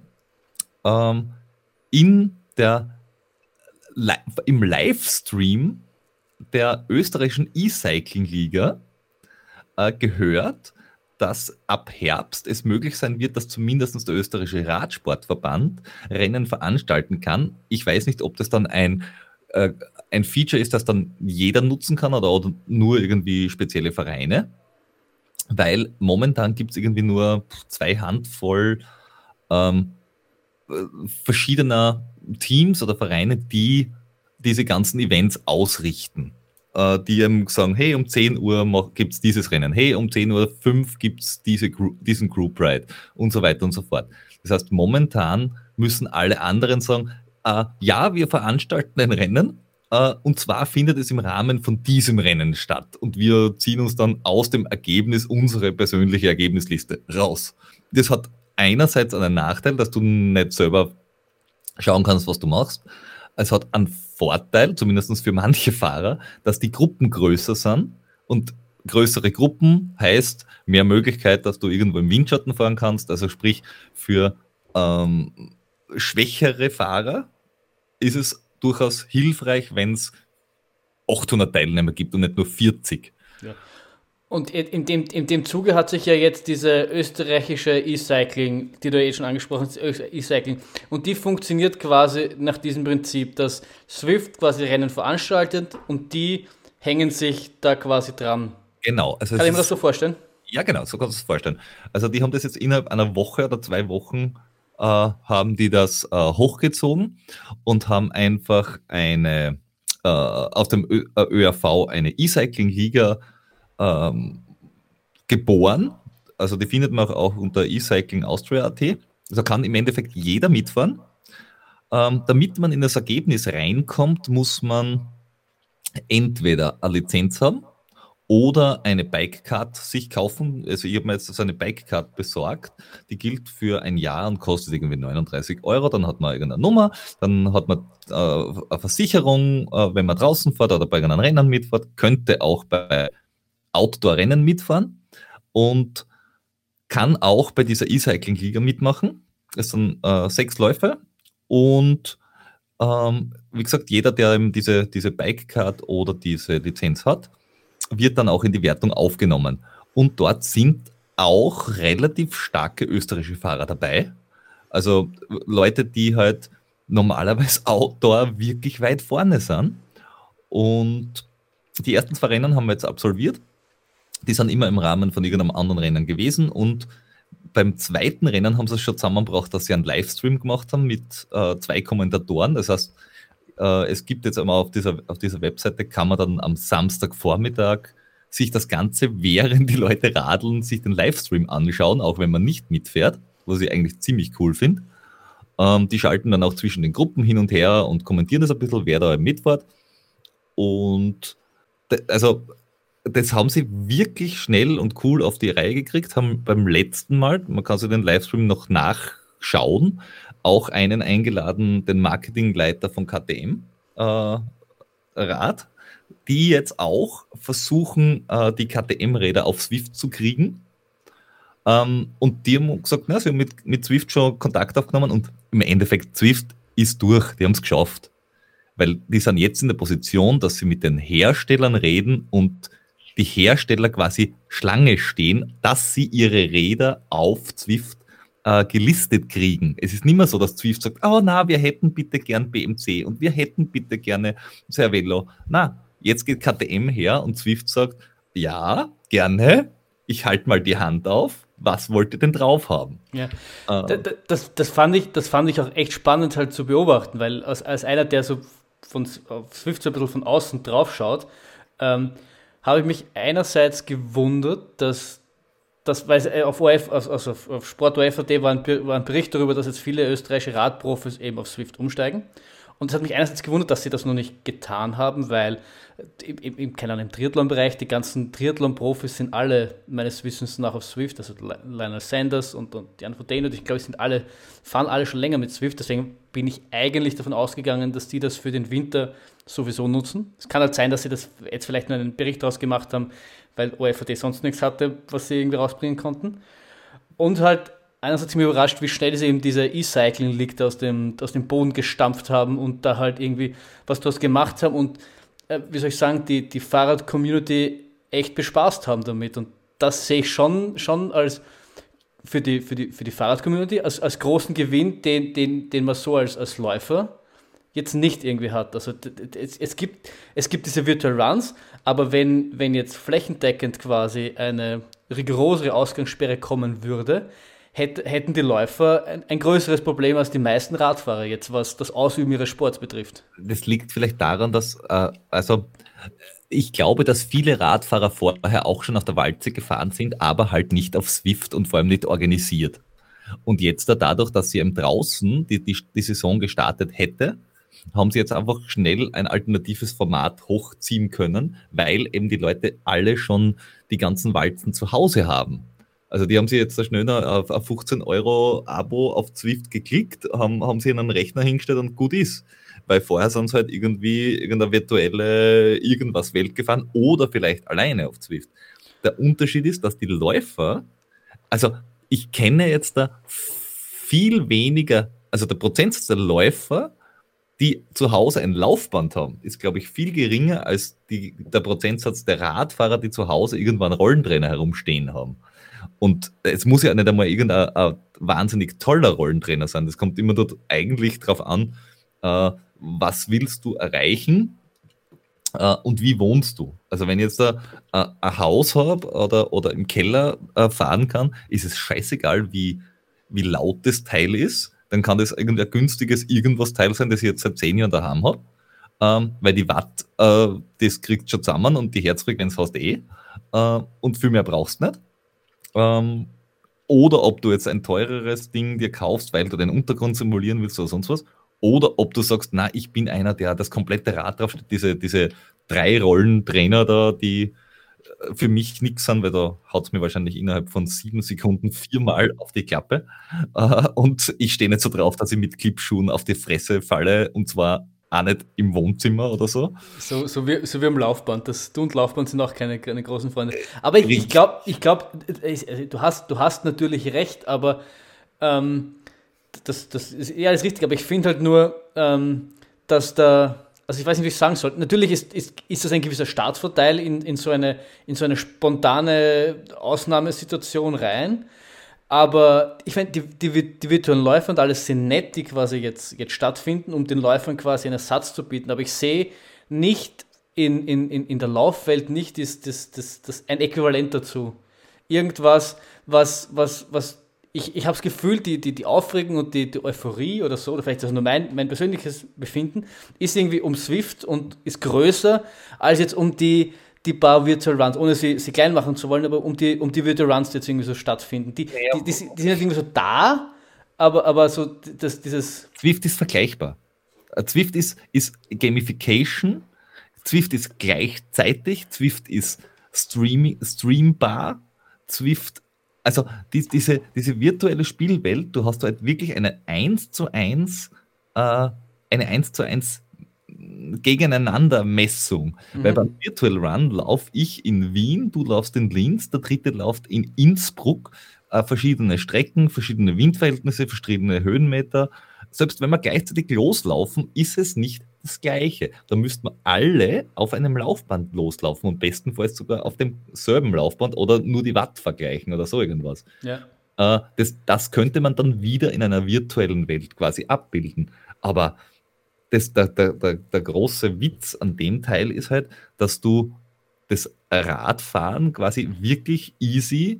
im Livestream der österreichischen E-Cycling-Liga gehört, dass ab Herbst es möglich sein wird, dass zumindest der österreichische Radsportverband Rennen veranstalten kann. Ich weiß nicht, ob das dann ein Feature ist, das dann jeder nutzen kann oder nur irgendwie spezielle Vereine. weil momentan gibt es irgendwie nur 2 Handvoll ähm, verschiedener Teams oder Vereine, die diese ganzen Events ausrichten. Die eben sagen, hey, um 10 Uhr gibt es dieses Rennen, hey, um 10:05 Uhr gibt es diesen Group Ride und so weiter und so fort. Das heißt, momentan müssen alle anderen sagen, ja, wir veranstalten ein Rennen, und zwar findet es im Rahmen von diesem Rennen statt und wir ziehen uns dann aus dem Ergebnis unsere persönliche Ergebnisliste raus. Das hat einerseits einen Nachteil, dass du nicht selber schauen kannst, was du machst. Es hat einen Vorteil, zumindest für manche Fahrer, dass die Gruppen größer sind und größere Gruppen heißt mehr Möglichkeit, dass du irgendwo im Windschatten fahren kannst. Also sprich, für schwächere Fahrer ist es durchaus hilfreich, wenn es 800 Teilnehmer gibt und nicht nur 40. Ja. Und in dem Zuge hat sich ja jetzt diese österreichische E-Cycling, die du ja schon angesprochen hast, E-Cycling, und die funktioniert quasi nach diesem Prinzip, dass Zwift quasi Rennen veranstaltet und die hängen sich da quasi dran. Genau. Also Kann ich mir das so vorstellen? Ja, genau, so kannst du es vorstellen. Also die haben das jetzt innerhalb einer Woche oder 2 Wochen haben die das hochgezogen und haben einfach aus dem ÖRV eine E-Cycling-Liga geboren. Also die findet man auch unter eCyclingaustria.at. Also kann im Endeffekt jeder mitfahren. Damit man in das Ergebnis reinkommt, muss man entweder eine Lizenz haben oder eine Bikecard sich kaufen. Also ich habe mir jetzt so eine Bikecard besorgt, die gilt für ein Jahr und kostet irgendwie 39 Euro. Dann hat man irgendeine Nummer, dann hat man eine Versicherung, wenn man draußen fährt oder bei irgendeinem Rennen mitfährt, könnte auch bei Outdoor-Rennen mitfahren und kann auch bei dieser E-Cycling-Liga mitmachen. Es sind 6 Läufe und wie gesagt, jeder, der eben diese Bikecard oder diese Lizenz hat, wird dann auch in die Wertung aufgenommen. Und dort sind auch relativ starke österreichische Fahrer dabei. Also Leute, die halt normalerweise Outdoor wirklich weit vorne sind. Und die ersten 2 Rennen haben wir jetzt absolviert. Die sind immer im Rahmen von irgendeinem anderen Rennen gewesen. Und beim zweiten Rennen haben sie es schon zusammengebracht, dass sie einen Livestream gemacht haben mit 2 Kommentatoren. Das heißt, es gibt jetzt einmal auf dieser Webseite, kann man dann am Samstagvormittag sich das Ganze, während die Leute radeln, sich den Livestream anschauen, auch wenn man nicht mitfährt, was ich eigentlich ziemlich cool finde. Die schalten dann auch zwischen den Gruppen hin und her und kommentieren das ein bisschen, wer da mitfährt. Und also das haben sie wirklich schnell und cool auf die Reihe gekriegt, haben beim letzten Mal, man kann sich den Livestream noch nachschauen, auch einen eingeladen, den Marketingleiter von KTM Rad, die jetzt auch versuchen, die KTM-Räder auf Zwift zu kriegen. Und die haben gesagt, na, sie haben mit Zwift schon Kontakt aufgenommen und im Endeffekt Zwift ist durch, die haben es geschafft. Weil die sind jetzt in der Position, dass sie mit den Herstellern reden und die Hersteller quasi Schlange stehen, dass sie ihre Räder auf Zwift gelistet kriegen. Es ist nicht mehr so, dass Zwift sagt, oh na, wir hätten bitte gern BMC und wir hätten bitte gerne Cervelo. Na, jetzt geht KTM her und Zwift sagt, ja, gerne, ich halte mal die Hand auf, was wollt ihr denn drauf haben? Ja. Das fand ich auch echt spannend halt zu beobachten, weil als einer, der so auf Zwift so ein bisschen von außen drauf schaut, habe ich mich einerseits gewundert, dass weil auf Sport ORF.at war ein Bericht darüber, dass jetzt viele österreichische Radprofis eben auf Zwift umsteigen. Und es hat mich einerseits gewundert, dass sie das noch nicht getan haben, weil im Triathlon-Bereich, die ganzen Triathlon-Profis sind alle meines Wissens nach auf Zwift, also Lionel Sanders und Jan Frodeno, ich glaube, fahren alle schon länger mit Zwift, deswegen bin ich eigentlich davon ausgegangen, dass die das für den Winter sowieso nutzen. Es kann halt sein, dass sie das jetzt vielleicht nur einen Bericht daraus gemacht haben, weil ORF.at sonst nichts hatte, was sie irgendwie rausbringen konnten. Und halt einerseits mich überrascht, wie schnell sie eben diese E-Cycling-League aus dem Boden gestampft haben und da halt irgendwie was draus gemacht haben und wie soll ich sagen, die Fahrrad-Community echt bespaßt haben damit. Und das sehe ich schon als für die Fahrrad-Community als großen Gewinn, den man so als Läufer jetzt nicht irgendwie hat. Also es gibt diese Virtual Runs, aber wenn jetzt flächendeckend quasi eine rigorosere Ausgangssperre kommen würde, hätten die Läufer ein größeres Problem als die meisten Radfahrer jetzt, was das Ausüben ihres Sports betrifft. Das liegt vielleicht daran, dass, also ich glaube, dass viele Radfahrer vorher auch schon auf der Walze gefahren sind, aber halt nicht auf Zwift und vor allem nicht organisiert. Und jetzt dadurch, dass sie eben draußen die Saison gestartet hätte, haben sie jetzt einfach schnell ein alternatives Format hochziehen können, weil eben die Leute alle schon die ganzen Walzen zu Hause haben. Also die haben sie jetzt schnell auf 15 € Abo auf Zwift geklickt, haben sie in einen Rechner hingestellt und gut ist. Weil vorher sind sie halt irgendwie irgendeine virtuelle irgendwas Welt gefahren oder vielleicht alleine auf Zwift. Der Unterschied ist, dass die Läufer, also ich kenne jetzt da viel weniger, also der Prozentsatz der Läufer, die zu Hause ein Laufband haben, ist, glaube ich, viel geringer als der Prozentsatz der Radfahrer, die zu Hause irgendwann Rollentrainer herumstehen haben. Und es muss ja nicht einmal irgendein wahnsinnig toller Rollentrainer sein. Das kommt immer dort eigentlich drauf an, was willst du erreichen und wie wohnst du. Also wenn ich jetzt ein Haus habe oder im Keller fahren kann, ist es scheißegal, wie laut das Teil ist. Dann kann das irgendein günstiges Irgendwas-Teil sein, das ich jetzt seit 10 Jahren daheim habe. Weil die Watt, das kriegt schon zusammen und die Herzfrequenz hast und viel mehr brauchst du nicht. Oder ob du jetzt ein teureres Ding dir kaufst, weil du den Untergrund simulieren willst oder sonst was. Oder ob du sagst, na, ich bin einer, der das komplette Rad draufsteht, diese 3 Rollentrainer da, die für mich nichts sind, weil da haut es mir wahrscheinlich innerhalb von 7 Sekunden 4-mal auf die Klappe. Und ich stehe nicht so drauf, dass ich mit Clipschuhen auf die Fresse falle und zwar auch nicht im Wohnzimmer oder so. So wie am Laufband. Du und Laufband sind auch keine großen Freunde. Aber ich glaube, du hast natürlich recht, aber das ist eher alles richtig. Aber ich finde halt nur, dass da, also ich weiß nicht, wie ich sagen soll. Natürlich ist das ein gewisser Startvorteil in so eine spontane Ausnahmesituation rein. Aber ich finde, die virtuellen Läufer und alles sind nett, die quasi jetzt stattfinden, um den Läufern quasi einen Ersatz zu bieten. Aber ich sehe nicht in der Laufwelt nicht das ein Äquivalent dazu. Irgendwas, was ich habe das Gefühl, die Aufregung und die Euphorie oder so, oder vielleicht ist das nur mein persönliches Befinden, ist irgendwie um Zwift und ist größer als jetzt um die paar Virtual Runs, ohne sie klein machen zu wollen, aber um die Virtual Runs, die jetzt irgendwie so stattfinden. Die sind irgendwie so da, aber so dieses... Zwift ist vergleichbar. Zwift ist Gamification, Zwift ist gleichzeitig, Zwift ist streambar, Zwift, also diese virtuelle Spielwelt, du hast halt wirklich eine 1:1 Gegeneinandermessung. Weil beim Virtual Run laufe ich in Wien, du laufst in Linz, der dritte läuft in Innsbruck, verschiedene Strecken, verschiedene Windverhältnisse, verschiedene Höhenmeter. Selbst wenn wir gleichzeitig loslaufen, ist es nicht das Gleiche. Da müssten wir alle auf einem Laufband loslaufen und bestenfalls sogar auf demselben Laufband oder nur die Watt vergleichen oder so irgendwas. Ja. Das könnte man dann wieder in einer virtuellen Welt quasi abbilden. Aber der große Witz an dem Teil ist halt, dass du das Radfahren quasi wirklich easy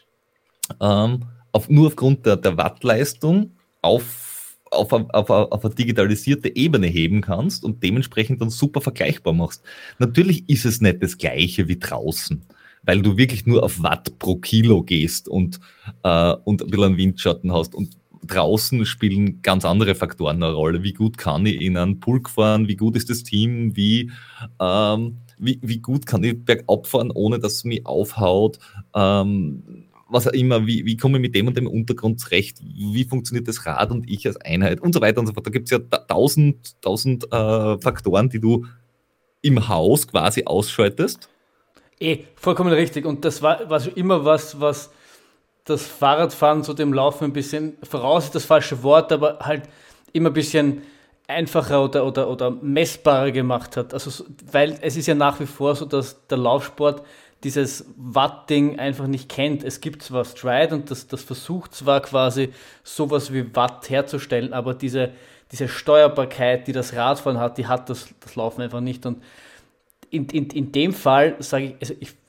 nur aufgrund der Wattleistung auf eine digitalisierte Ebene heben kannst und dementsprechend dann super vergleichbar machst. Natürlich ist es nicht das Gleiche wie draußen, weil du wirklich nur auf Watt pro Kilo gehst und ein bisschen einen Windschatten hast. Und draußen spielen ganz andere Faktoren eine Rolle. Wie gut kann ich in einen Pulk fahren? Wie gut ist das Team? Wie gut kann ich bergab fahren, ohne dass es mich aufhaut? Was auch immer, wie komme ich mit dem und dem Untergrund zurecht? Wie funktioniert das Rad und ich als Einheit? Und so weiter und so fort. Da gibt es ja tausend Faktoren, die du im Haus quasi ausschaltest. Vollkommen richtig. Und das war schon immer was das Fahrradfahren zu dem Laufen ein bisschen, voraus ist das falsche Wort, aber halt immer ein bisschen einfacher oder messbarer gemacht hat. Also, weil es ist ja nach wie vor so, dass der Laufsport dieses Watt-Ding einfach nicht kennt. Es gibt zwar Stride und das versucht zwar quasi sowas wie Watt herzustellen, aber diese Steuerbarkeit, die das Radfahren hat, die hat das Laufen einfach nicht. Und in dem Fall sage ich, also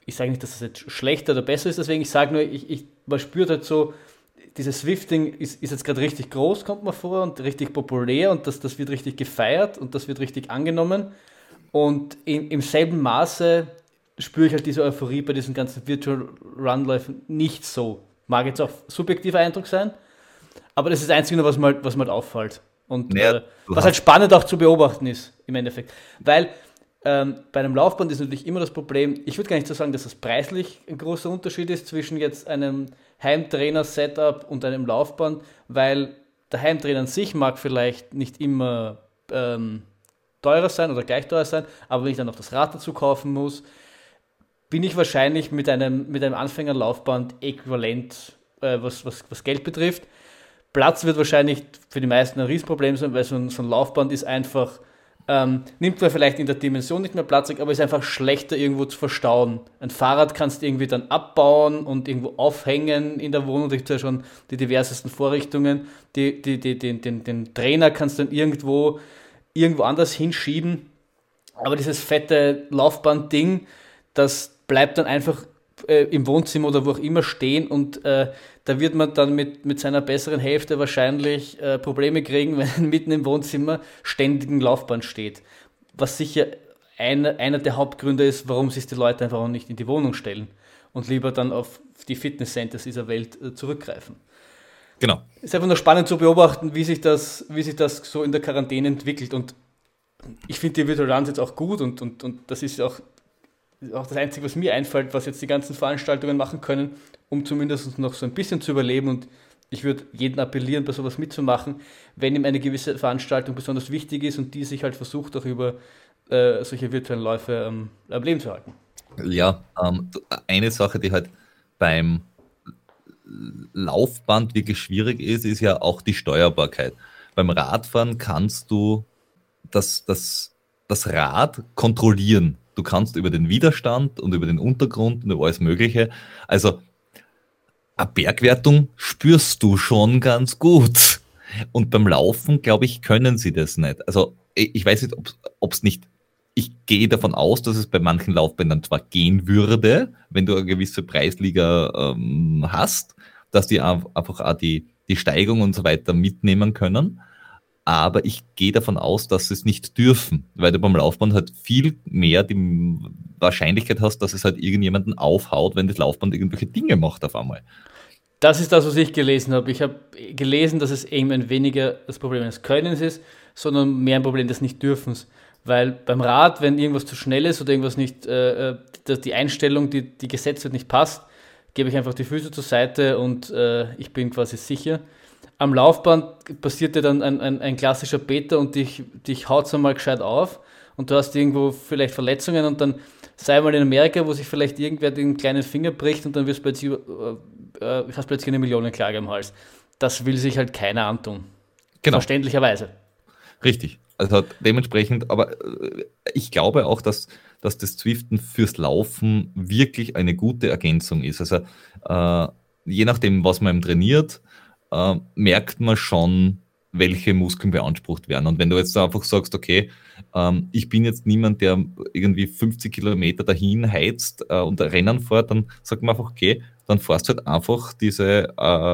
ich sage nicht, dass das jetzt schlechter oder besser ist, deswegen, ich sage nur, man spürt halt so, dieses Swifting ist jetzt gerade richtig groß, kommt mir vor, und richtig populär, und das wird richtig gefeiert und das wird richtig angenommen. Und im selben Maße spüre ich halt diese Euphorie bei diesen ganzen Virtual Run-Läufen nicht so. Mag jetzt auch subjektiver Eindruck sein, aber das ist das Einzige, was mir halt auffällt. Und Naja, was halt spannend auch zu beobachten ist, im Endeffekt. Weil bei einem Laufband ist natürlich immer das Problem, ich würde gar nicht so sagen, dass das preislich ein großer Unterschied ist zwischen jetzt einem Heimtrainer-Setup und einem Laufband, weil der Heimtrainer an sich mag vielleicht nicht immer teurer sein oder gleich teuer sein, aber wenn ich dann noch das Rad dazu kaufen muss, bin ich wahrscheinlich mit einem Anfängerlaufband äquivalent, was Geld betrifft. Platz wird wahrscheinlich für die meisten ein Riesenproblem sein, weil so ein Laufband ist einfach, nimmt man vielleicht in der Dimension nicht mehr Platz weg, aber ist einfach schlechter irgendwo zu verstauen. Ein Fahrrad kannst du irgendwie dann abbauen und irgendwo aufhängen in der Wohnung, da gibt es ja schon die diversesten Vorrichtungen. Den Trainer kannst du dann irgendwo anders hinschieben, aber dieses fette Laufband-Ding, das bleibt dann einfach im Wohnzimmer oder wo auch immer stehen, und da wird man dann mit seiner besseren Hälfte wahrscheinlich Probleme kriegen, wenn mitten im Wohnzimmer ständig ein Laufband steht. Was sicher einer der Hauptgründe ist, warum sich die Leute einfach auch nicht in die Wohnung stellen und lieber dann auf die Fitnesscenters dieser Welt zurückgreifen. Genau. Es ist einfach nur spannend zu beobachten, wie sich das so in der Quarantäne entwickelt, und ich finde die Virtual Runs jetzt auch gut, und das ist auch das Einzige, was mir einfällt, was jetzt die ganzen Veranstaltungen machen können, um zumindest noch so ein bisschen zu überleben. Und ich würde jeden appellieren, bei sowas mitzumachen, wenn ihm eine gewisse Veranstaltung besonders wichtig ist und die sich halt versucht, auch über solche virtuellen Läufe am Leben zu halten. Ja, eine Sache, die halt beim Laufband wirklich schwierig ist ja auch die Steuerbarkeit. Beim Radfahren kannst du das Rad kontrollieren. Du kannst über den Widerstand und über den Untergrund und über alles Mögliche. Also eine Bergwertung spürst du schon ganz gut. Und beim Laufen, glaube ich, können sie das nicht. Also ich weiß nicht, ob es nicht, ich gehe davon aus, dass es bei manchen Laufbändern zwar gehen würde, wenn du eine gewisse Preisliga hast, dass die einfach auch die Steigung und so weiter mitnehmen können. Aber ich gehe davon aus, dass sie es nicht dürfen, weil du beim Laufband halt viel mehr die Wahrscheinlichkeit hast, dass es halt irgendjemanden aufhaut, wenn das Laufband irgendwelche Dinge macht auf einmal. Das ist das, was ich gelesen habe. Ich habe gelesen, dass es eben ein weniger das Problem des Könnens ist, sondern mehr ein Problem des Nicht-Dürfens. Weil beim Rad, wenn irgendwas zu schnell ist oder irgendwas nicht, die Einstellung, die gesetzt wird, nicht passt, gebe ich einfach die Füße zur Seite und ich bin quasi sicher. Am Laufband passiert dir dann ein klassischer Beta und dich haut es einmal gescheit auf und du hast irgendwo vielleicht Verletzungen, und dann sei mal in Amerika, wo sich vielleicht irgendwer den kleinen Finger bricht und dann hast plötzlich eine Millionenklage am Hals. Das will sich halt keiner antun. Genau. Verständlicherweise. Richtig. Also dementsprechend, aber ich glaube auch, dass das Zwiften fürs Laufen wirklich eine gute Ergänzung ist. Also je nachdem, was man trainiert, merkt man schon, welche Muskeln beansprucht werden. Und wenn du jetzt einfach sagst, okay, ich bin jetzt niemand, der irgendwie 50 Kilometer dahin heizt und Rennen fährt, dann sagt man einfach, okay, dann fährst du halt einfach diese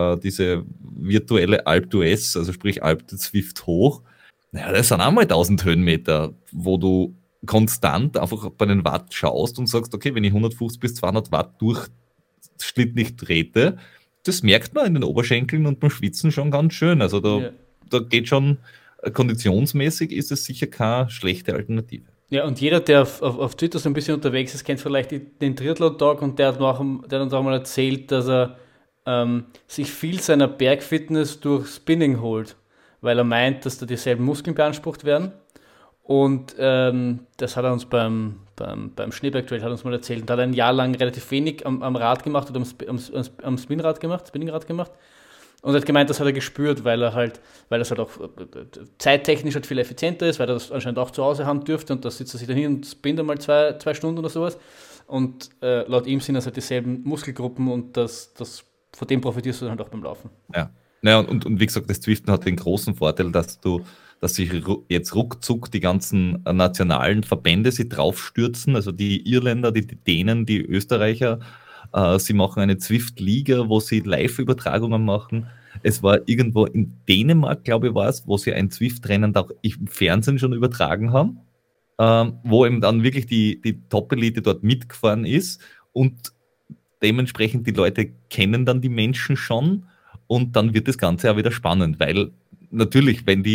virtuelle Alpe d'Huez, also sprich Alpe Zwift hoch. Naja, das sind einmal 1000 Höhenmeter, wo du konstant einfach bei den Watt schaust und sagst, okay, wenn ich 150 bis 200 Watt durchschnittlich trete, das merkt man in den Oberschenkeln und beim Schwitzen schon ganz schön. Also da geht schon, konditionsmäßig ist es sicher keine schlechte Alternative. Ja, und jeder, der auf Twitter so ein bisschen unterwegs ist, kennt vielleicht den Triathlon-Talk, und der hat uns auch mal erzählt, dass er sich viel seiner Bergfitness durch Spinning holt, weil er meint, dass da dieselben Muskeln beansprucht werden. Und das hat er uns beim Schneeberg-Trail hat uns mal erzählt. Und da hat er ein Jahr lang relativ wenig am Rad gemacht oder am Spinningrad gemacht. Und hat gemeint, das hat er gespürt, weil das halt auch zeittechnisch halt viel effizienter ist, weil er das anscheinend auch zu Hause haben dürfte, und da sitzt er sich dann hin und spinnt einmal zwei Stunden oder sowas. Und laut ihm sind das halt dieselben Muskelgruppen, und von dem profitierst du dann halt auch beim Laufen. Ja. Naja, und wie gesagt, das Zwiften hat den großen Vorteil, dass sich jetzt ruckzuck die ganzen nationalen Verbände sich draufstürzen, also die Irländer, die Dänen, die Österreicher, sie machen eine Zwift-Liga, wo sie Live-Übertragungen machen. Es war irgendwo in Dänemark, glaube ich, war es, wo sie ein Zwift-Rennen auch im Fernsehen schon übertragen haben, wo eben dann wirklich die Top-Elite dort mitgefahren ist und dementsprechend die Leute kennen dann die Menschen schon und dann wird das Ganze auch wieder spannend, weil natürlich, wenn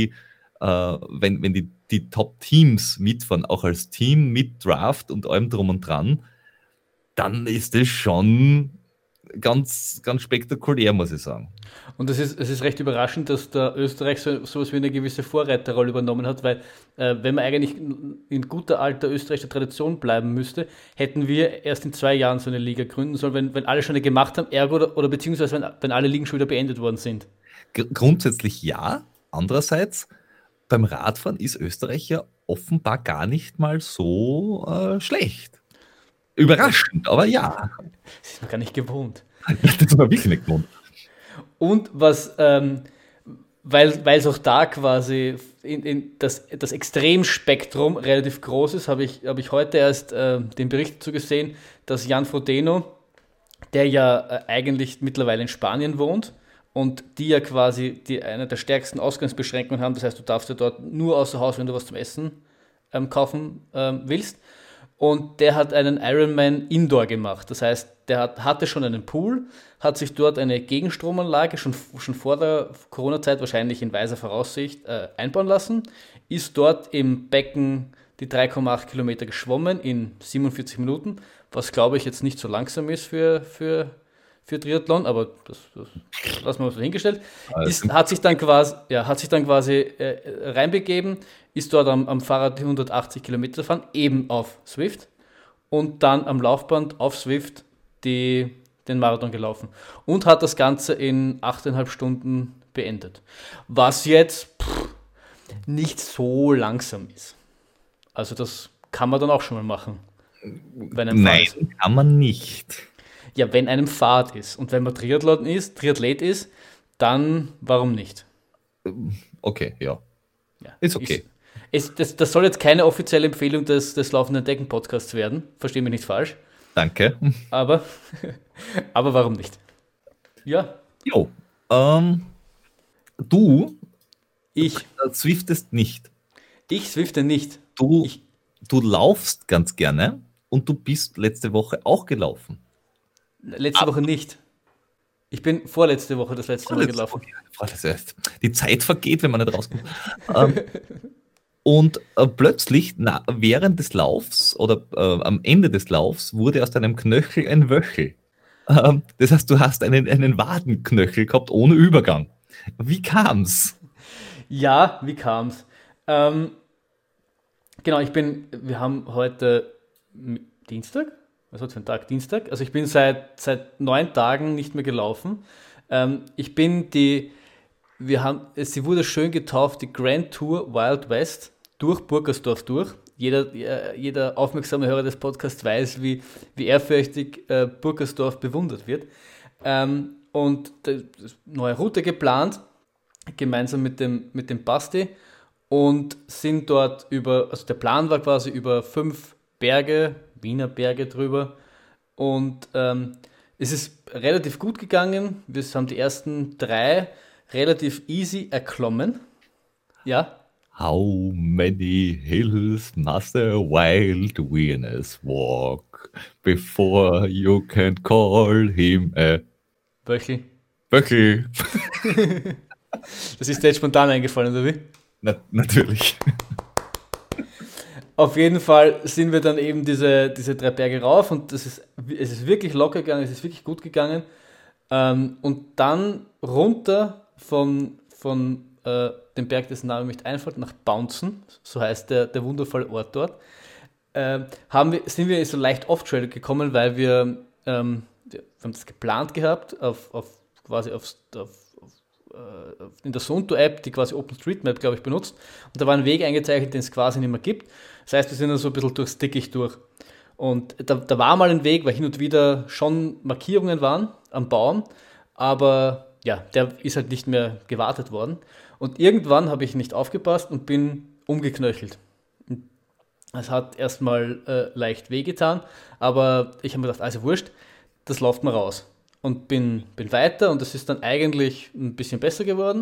die Top-Teams mitfahren, auch als Team mit Draft und allem drum und dran, dann ist das schon ganz, ganz spektakulär, muss ich sagen. Und es ist recht überraschend, dass der Österreich sowas wie eine gewisse Vorreiterrolle übernommen hat, weil wenn man eigentlich in guter alter österreichischer Tradition bleiben müsste, hätten wir erst in 2 Jahren so eine Liga gründen sollen, wenn alle schon eine gemacht haben, ergo oder beziehungsweise wenn alle Ligen schon wieder beendet worden sind. Grundsätzlich ja. Andererseits, beim Radfahren ist Österreich ja offenbar gar nicht mal so schlecht. Überraschend, aber ja. Das ist man gar nicht gewohnt. Das ist man wirklich nicht gewohnt. Und was, weil es auch da quasi das Extremspektrum relativ groß ist, habe ich heute erst den Bericht dazu gesehen, dass Jan Frodeno, der ja eigentlich mittlerweile in Spanien wohnt und die ja quasi eine der stärksten Ausgangsbeschränkungen haben, das heißt, du darfst ja dort nur außer Haus, wenn du was zum Essen kaufen willst. Und der hat einen Ironman Indoor gemacht. Das heißt, der hatte schon einen Pool, hat sich dort eine Gegenstromanlage schon vor der Corona-Zeit wahrscheinlich in weiser Voraussicht einbauen lassen, ist dort im Becken die 3,8 Kilometer geschwommen in 47 Minuten, was glaube ich jetzt nicht so langsam ist für Triathlon, aber das lassen wir mal so hingestellt. Hat sich dann quasi reinbegeben, ist dort am Fahrrad die 180 Kilometer gefahren, eben auf Zwift und dann am Laufband auf Zwift den Marathon gelaufen und hat das Ganze in 8,5 Stunden beendet. Was jetzt nicht so langsam ist. Also das kann man dann auch schon mal machen. Nein, kann man nicht. Ja, wenn einem Fahrt ist und wenn man Triathlet ist, dann warum nicht? Okay, ja. Ist okay. Das soll jetzt keine offizielle Empfehlung des Laufenden Decken Podcasts werden. Verstehe mich nicht falsch. Danke. Aber warum nicht? Ja. Jo. Du Ich swiftest nicht. Ich swifte nicht. Du laufst ganz gerne und du bist letzte Woche auch gelaufen. Letzte Woche nicht. Ich bin vorletzte Woche das letzte Mal gelaufen. Die Zeit vergeht, wenn man nicht rauskommt. Und plötzlich, während des Laufs oder am Ende des Laufs, wurde aus deinem Knöchel ein Wöchel. Das heißt, du hast einen Wadenknöchel gehabt ohne Übergang. Wie kam's? Ja, wie kam's? Genau, wir haben heute Dienstag? Was hat für ein Tag? Dienstag. Also ich bin seit 9 Tagen nicht mehr gelaufen. Sie wurde schön getauft, die Grand Tour Wild West durch Burgersdorf durch. Jeder aufmerksame Hörer des Podcasts weiß, wie ehrfürchtig Burgersdorf bewundert wird. Und neue Route geplant, gemeinsam mit dem Basti, und sind dort also der Plan war quasi über 5 Berge, Wiener Berge drüber, und es ist relativ gut gegangen. Wir haben die ersten 3 relativ easy erklommen. Ja. How many hills must a wild Venus walk before you can call him a Wöchel? Wöchel. Das ist dir jetzt spontan eingefallen, oder wie? Natürlich. Auf jeden Fall sind wir dann eben diese 3 Berge rauf und es ist wirklich locker gegangen, es ist wirklich gut gegangen. Und dann runter von dem Berg, dessen Name mir nicht einfällt, nach Bautzen, so heißt der wundervolle Ort dort, sind wir so leicht off-trail gekommen, weil wir haben das geplant gehabt in der Sonto-App, die quasi OpenStreetMap, glaube ich, benutzt. Und da war ein Weg eingezeichnet, den es quasi nicht mehr gibt. Das heißt, wir sind dann so ein bisschen durchs Dickicht durch. Und da war mal ein Weg, weil hin und wieder schon Markierungen waren am Baum, aber ja, der ist halt nicht mehr gewartet worden. Und irgendwann habe ich nicht aufgepasst und bin umgeknöchelt. Es hat erstmal leicht wehgetan, aber ich habe mir gedacht, also wurscht, das läuft mal raus. Und bin weiter und es ist dann eigentlich ein bisschen besser geworden.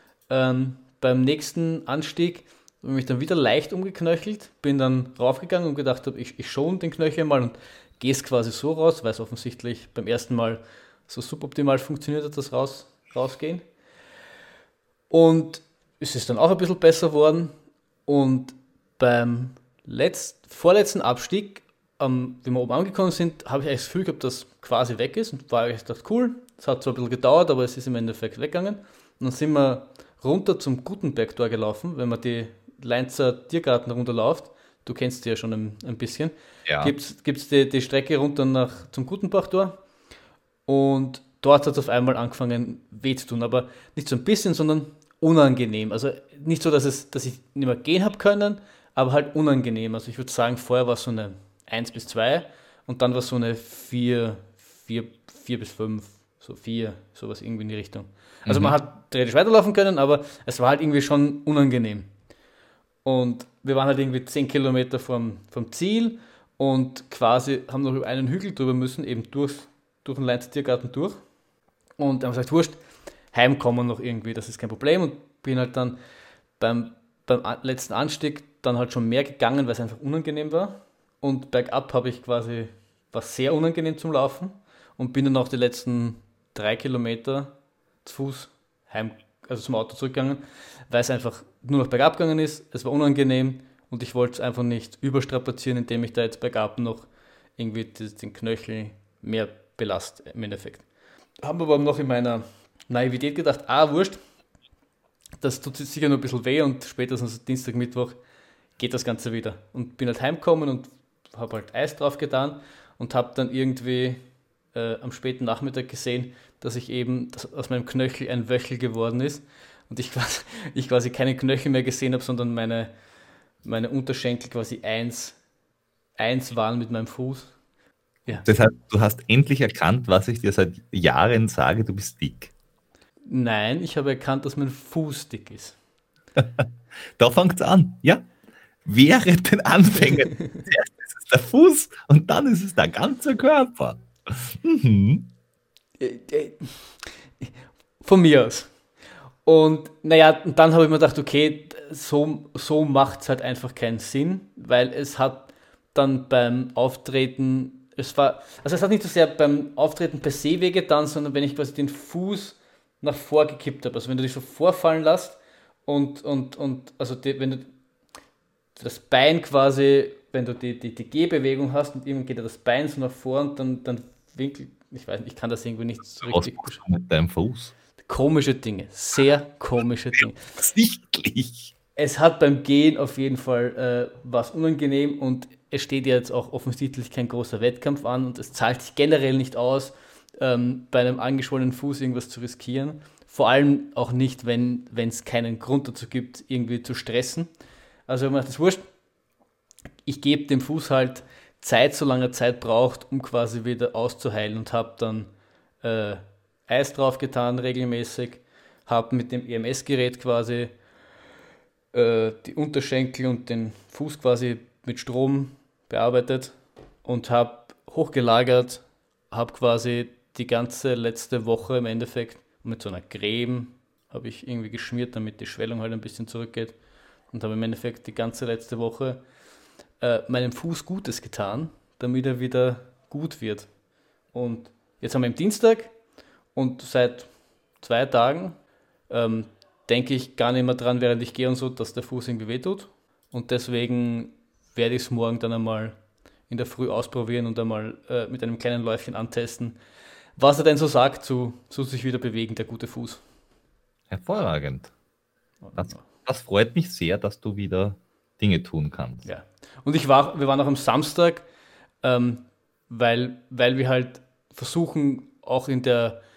Beim nächsten Anstieg habe ich mich dann wieder leicht umgeknöchelt, bin dann raufgegangen und gedacht habe, ich schone den Knöchel mal und gehe es quasi so raus, weil es offensichtlich beim ersten Mal so suboptimal funktioniert hat, das rausgehen. Und es ist dann auch ein bisschen besser worden und beim vorletzten Abstieg, wie wir oben angekommen sind, habe ich eigentlich das Gefühl gehabt, dass quasi weg ist und war eigentlich gedacht, cool, es hat zwar ein bisschen gedauert, aber es ist im Endeffekt weggegangen. Und dann sind wir runter zum Gutenbergtor gelaufen, wenn man die Leinzer Tiergarten runterläuft. Du kennst die ja schon ein bisschen. Ja. Gibt's die Strecke runter zum Gutenbergtor und dort hat es auf einmal angefangen weh zu tun, aber nicht so ein bisschen, sondern unangenehm. Also nicht so, dass ich nicht mehr gehen habe können, aber halt unangenehm. Also ich würde sagen, vorher war es so eine 1 bis 2 und dann war es so eine 4 bis 5, so 4, sowas irgendwie in die Richtung. Also man hat theoretisch weiterlaufen können, aber es war halt irgendwie schon unangenehm. Und wir waren halt irgendwie 10 Kilometer vom Ziel und quasi haben noch über einen Hügel drüber müssen, eben durch den Leinzer Tiergarten durch. Und dann haben wir gesagt, wurscht, heimkommen noch irgendwie, das ist kein Problem. Und bin halt dann beim letzten Anstieg dann halt schon mehr gegangen, weil es einfach unangenehm war. Und bergab habe ich quasi, war sehr unangenehm zum Laufen und bin dann auch die letzten 3 Kilometer zu Fuß also zum Auto zurückgegangen, weil es einfach nur noch bergab gegangen ist. Es war unangenehm und ich wollte es einfach nicht überstrapazieren, indem ich da jetzt bergab noch irgendwie den Knöchel mehr belaste im Endeffekt. Haben aber noch in meiner Naivität gedacht, wurscht, das tut sicher nur ein bisschen weh und spätestens Dienstag, Mittwoch geht das Ganze wieder. Und bin halt heimgekommen und habe halt Eis drauf getan und habe dann irgendwie am späten Nachmittag gesehen, dass aus meinem Knöchel ein Wöchel geworden ist und ich quasi keine Knöchel mehr gesehen habe, sondern meine Unterschenkel quasi eins waren mit meinem Fuß. Ja. Das heißt, du hast endlich erkannt, was ich dir seit Jahren sage, du bist dick. Nein, ich habe erkannt, dass mein Fuß dick ist. Da fängt es an, ja? Während den Anfängen. Zuerst ist es der Fuß und dann ist es der ganze Körper. Von mir aus. Und naja, und dann habe ich mir gedacht, okay, so macht es halt einfach keinen Sinn, weil es hat dann beim Auftreten, es hat nicht so sehr beim Auftreten per se wehgetan, sondern wenn ich quasi den Fuß nach vorgekippt habe. Also wenn du dich so vorfallen lässt und also wenn du das Bein quasi, wenn du die Gehbewegung hast und irgendwann geht das Bein so nach vor und dann winkelt, ich weiß nicht, ich kann das irgendwie nicht so richtig beschreiben. Mit deinem Fuß. Komische Dinge, sehr komische Dinge. Sichtlich. Es hat beim Gehen auf jeden Fall was unangenehm und es steht jetzt auch offensichtlich kein großer Wettkampf an und es zahlt sich generell nicht aus, bei einem angeschwollenen Fuß irgendwas zu riskieren. Vor allem auch nicht, wenn es keinen Grund dazu gibt, irgendwie zu stressen. Also wenn man das wurscht, ich gebe dem Fuß halt Zeit, solange er Zeit braucht, um quasi wieder auszuheilen und habe dann Eis drauf getan regelmäßig, habe mit dem EMS-Gerät quasi die Unterschenkel und den Fuß quasi mit Strom bearbeitet und habe hochgelagert, habe quasi die ganze letzte Woche im Endeffekt mit so einer Creme habe ich irgendwie geschmiert, damit die Schwellung halt ein bisschen zurückgeht und habe im Endeffekt die ganze letzte Woche meinem Fuß Gutes getan, damit er wieder gut wird. Und jetzt haben wir im Dienstag und seit 2 Tagen denke ich gar nicht mehr dran, während ich gehe und so, dass der Fuß irgendwie wehtut. Und deswegen werde ich es morgen dann einmal in der Früh ausprobieren und einmal mit einem kleinen Läufchen antesten, was er denn so sagt zu sich wieder bewegen, der gute Fuß. Hervorragend. Das freut mich sehr, dass du wieder Dinge tun kannst. Ja. Und wir waren auch am Samstag, weil wir halt versuchen, auch in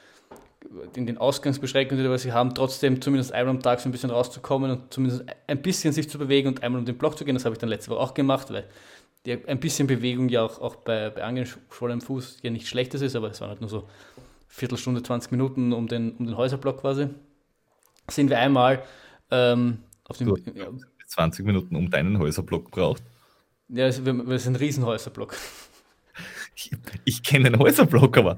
den Ausgangsbeschränkungen, die wir sie haben, trotzdem zumindest einmal am Tag so ein bisschen rauszukommen und zumindest ein bisschen sich zu bewegen und einmal um den Block zu gehen. Das habe ich dann letzte Woche auch gemacht, weil ein bisschen Bewegung ja auch bei angeschwollenem Fuß ja nicht Schlechtes ist, aber es waren halt nur so Viertelstunde, 20 Minuten um den Häuserblock quasi. Sind wir einmal auf Du dem, hast 20 Minuten um deinen Häuserblock braucht. ja, wir sind ein Riesenhäuserblock. Ich, ich kenne den Häuserblock, aber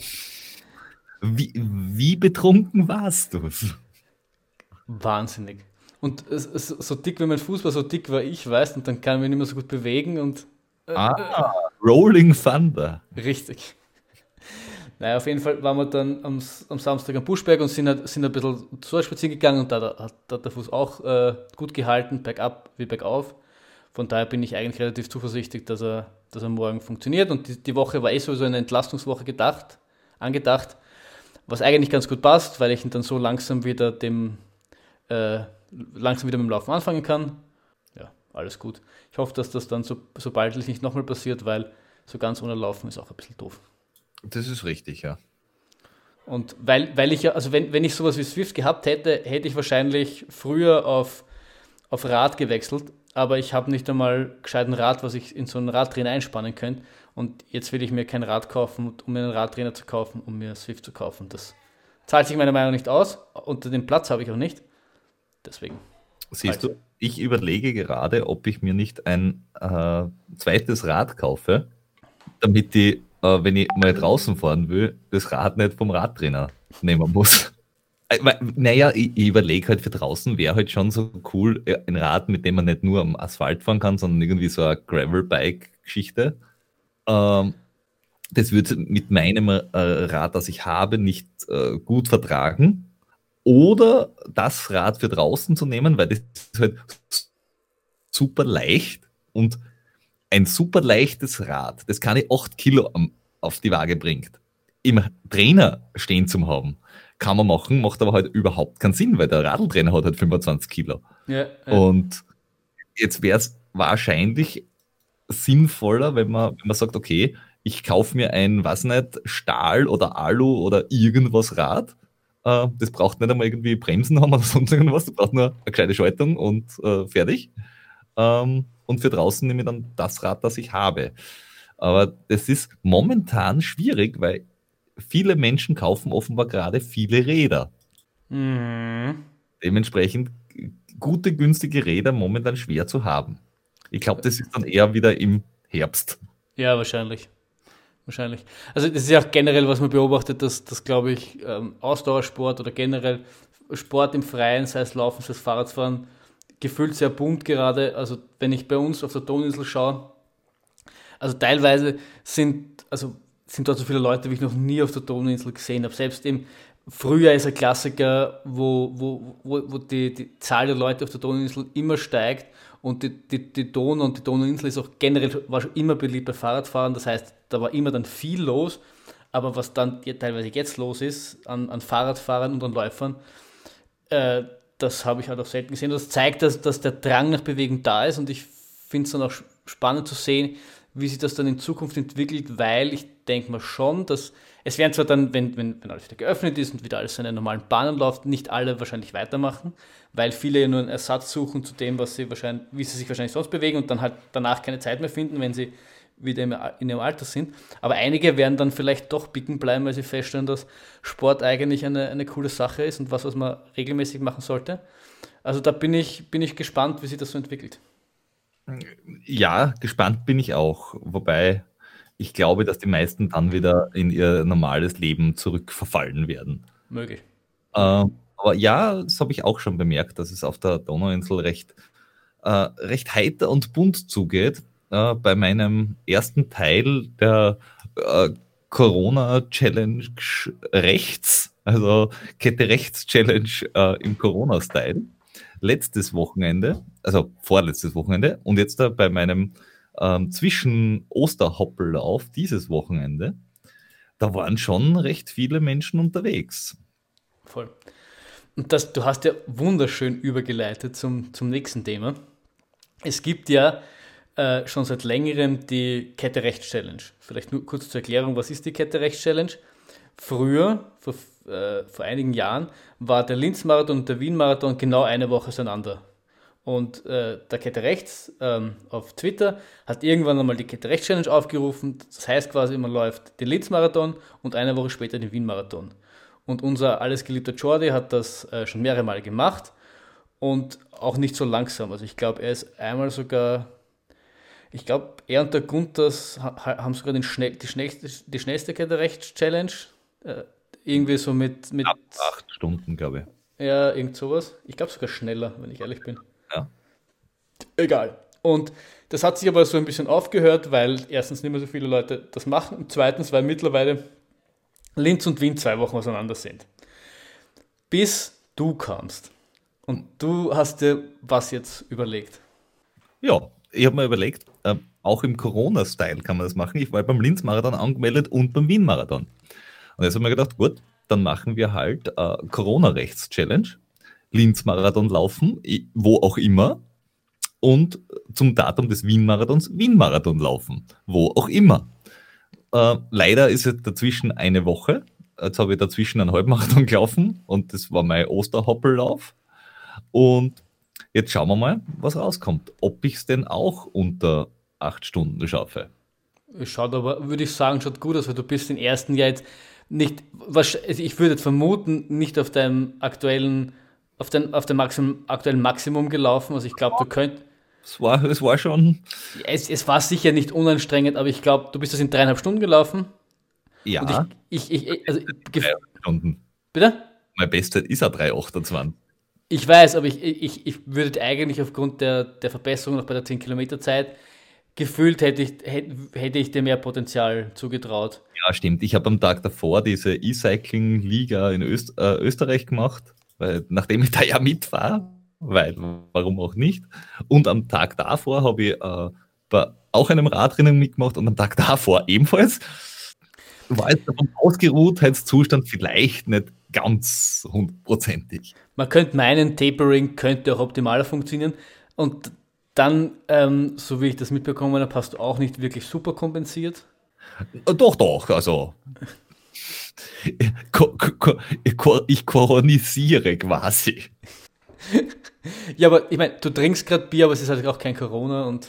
wie betrunken warst du? Wahnsinnig. Und so dick wie mein Fuß war, so dick war ich, weißt, und dann kann ich mich nicht mehr so gut bewegen und Ah, Rolling Thunder. richtig. Naja, auf jeden Fall waren wir dann am Samstag am Buschberg und sind ein bisschen so spazieren gegangen und da hat der Fuß auch gut gehalten, bergab wie bergauf. Von daher bin ich eigentlich relativ zuversichtlich, dass er morgen funktioniert. Und die Woche war sowieso eine Entlastungswoche angedacht, was eigentlich ganz gut passt, weil ich ihn dann so langsam wieder mit dem Laufen anfangen kann. Ja, alles gut. Ich hoffe, dass das dann so bald nicht nochmal passiert, weil so ganz ohne Laufen ist auch ein bisschen doof. Das ist richtig, ja. Und weil ich ja, also wenn ich sowas wie Swift gehabt hätte, hätte ich wahrscheinlich früher auf Rad gewechselt, aber ich habe nicht einmal gescheit ein Rad, was ich in so einen Radtrainer einspannen könnte. Und jetzt will ich mir kein Rad kaufen, um mir einen Radtrainer zu kaufen, um mir Swift zu kaufen. Das zahlt sich meiner Meinung nach nicht aus. Und den Platz habe ich auch nicht. Deswegen. Siehst Halt. du, ich überlege gerade, ob ich mir nicht ein zweites Rad kaufe, damit ich, wenn ich mal draußen fahren will, das Rad nicht vom Radtrainer nehmen muss. Naja, ich überlege halt für draußen wäre halt schon so cool, ein Rad, mit dem man nicht nur am Asphalt fahren kann, sondern irgendwie so eine Gravel-Bike-Geschichte. Ähm, Das würde mit meinem Rad, das ich habe, nicht gut vertragen. Oder das Rad für draußen zu nehmen, weil das ist halt super leicht und ein super leichtes Rad, das keine 8 Kilo auf die Waage bringt, im Trainer stehen zu haben, kann man machen, macht aber halt überhaupt keinen Sinn, weil der Radltrainer hat halt 25 Kilo. Ja, ja. Und jetzt wäre es wahrscheinlich sinnvoller, wenn man sagt, okay, ich kaufe mir ein, was nicht, Stahl oder Alu oder irgendwas Rad. Das braucht nicht einmal irgendwie Bremsen haben oder sonst irgendwas. Das braucht nur eine gescheite Schaltung und fertig. Und für draußen nehme ich dann das Rad, das ich habe. Aber das ist momentan schwierig, weil viele Menschen kaufen offenbar gerade viele Räder. Mhm. Dementsprechend gute, günstige Räder momentan schwer zu haben. Ich glaube, das ist dann eher wieder im Herbst. Ja, wahrscheinlich. Wahrscheinlich. Also das ist ja auch generell, was man beobachtet, dass glaube ich, Ausdauersport oder generell Sport im Freien, sei es Laufen, sei es Fahrradfahren, gefühlt sehr boomt gerade. Also wenn ich bei uns auf der Donauinsel schaue, also teilweise sind dort so viele Leute, wie ich noch nie auf der Donauinsel gesehen habe. Selbst im Frühjahr ist ein Klassiker, wo die Zahl der Leute auf der Donauinsel immer steigt und die Donau und die Donauinsel ist auch generell war schon immer beliebt bei Fahrradfahren. Das heißt, da war immer dann viel los. Aber was dann teilweise jetzt los ist an Fahrradfahrern und an Läufern, äh, das habe ich halt auch selten gesehen. Das zeigt, dass der Drang nach Bewegung da ist und ich finde es dann auch spannend zu sehen, wie sich das dann in Zukunft entwickelt, weil ich denke mal schon, dass es werden zwar dann, wenn alles wieder geöffnet ist und wieder alles seine normalen Bahnen läuft, nicht alle wahrscheinlich weitermachen, weil viele ja nur einen Ersatz suchen zu dem, wie sie sich wahrscheinlich sonst bewegen und dann halt danach keine Zeit mehr finden, wenn sie wieder in ihrem Alter sind. Aber einige werden dann vielleicht doch bicken bleiben, weil sie feststellen, dass Sport eigentlich eine coole Sache ist und was man regelmäßig machen sollte. Also da bin ich gespannt, wie sich das so entwickelt. Ja, gespannt bin ich auch. Wobei ich glaube, dass die meisten dann wieder in ihr normales Leben zurückverfallen werden. Möglich. Möglich. Aber ja, das habe ich auch schon bemerkt, dass es auf der Donauinsel recht heiter und bunt zugeht. Bei meinem ersten Teil der äh, Corona-Challenge rechts, also Kette rechts Challenge im Corona-Style, letztes Wochenende, also vorletztes Wochenende und jetzt da bei meinem Zwischen-Osterhoppellauf dieses Wochenende, da waren schon recht viele Menschen unterwegs. Voll. Und du hast ja wunderschön übergeleitet zum nächsten Thema. Es gibt ja schon seit längerem die Kette Rechts Challenge. Vielleicht nur kurz zur Erklärung, was ist die Kette Rechts Challenge? Früher, vor einigen Jahren, war der Linz-Marathon und der Wien-Marathon genau eine Woche auseinander. Und der Kette Rechts auf Twitter hat irgendwann einmal die Kette Rechts Challenge aufgerufen. Das heißt quasi, man läuft den Linz-Marathon und eine Woche später den Wien-Marathon. Und unser alles geliebter Jordi hat das schon mehrere Mal gemacht und auch nicht so langsam. Also ich glaube, er ist einmal sogar, ich glaube, er und der Gunters haben sogar die schnellste Kette Rechts Challenge. Irgendwie so mit Ab 8 Stunden, glaube ich. ja, irgend sowas. Ich glaube sogar schneller, wenn ich ehrlich bin. Ja. Egal. Und das hat sich aber so ein bisschen aufgehört, weil erstens nicht mehr so viele Leute das machen und zweitens, weil mittlerweile Linz und Wien 2 Wochen auseinander sind. Bis du kamst. Und du hast dir was jetzt überlegt? Ja, ich habe mir überlegt, auch im Corona-Style kann man das machen. Ich war beim Linz-Marathon angemeldet und beim Wien-Marathon. Und jetzt habe ich mir gedacht, gut, dann machen wir halt Corona-Rechts-Challenge. Linz-Marathon laufen, wo auch immer. Und zum Datum des Wien-Marathons Wien-Marathon laufen, wo auch immer. Leider ist es dazwischen eine Woche. Jetzt habe ich dazwischen einen Halbmarathon gelaufen und das war mein Osterhoppellauf. Und jetzt schauen wir mal, was rauskommt. Ob ich es denn auch unter 8 Stunden schaffe. Es schaut aber, würde ich sagen, schaut gut aus, weil du bist den ersten Jahr jetzt nicht, also ich würde jetzt vermuten, nicht auf deinem aktuellen, auf dem aktuellen Maximum gelaufen. Also ich glaube, du könntest. Es war schon. Es war sicher nicht unanstrengend, aber ich glaube, du bist das in 3,5 Stunden gelaufen. Ja, Und also, 3 Stunden. bitte? Mein Bestes ist auch 3,28. Ich weiß, aber ich würde eigentlich aufgrund der Verbesserung noch bei der 10-Kilometer-Zeit gefühlt hätte ich dir mehr Potenzial zugetraut. Ja, stimmt. Ich habe am Tag davor diese E-Cycling-Liga in Österreich gemacht, weil, nachdem ich da ja mitfahre, weil, warum auch nicht. Und am Tag davor habe ich bei auch einem Radrennen mitgemacht und am Tag davor ebenfalls. War jetzt davon Ausgeruhtheitszustand vielleicht nicht ganz 100%ig. Man könnte meinen, Tapering könnte auch optimaler funktionieren. Und dann, so wie ich das mitbekommen habe, hast du auch nicht wirklich super kompensiert. Doch, also ich koronisiere quasi. Ja, aber ich meine, du trinkst gerade Bier, aber es ist halt auch kein Corona und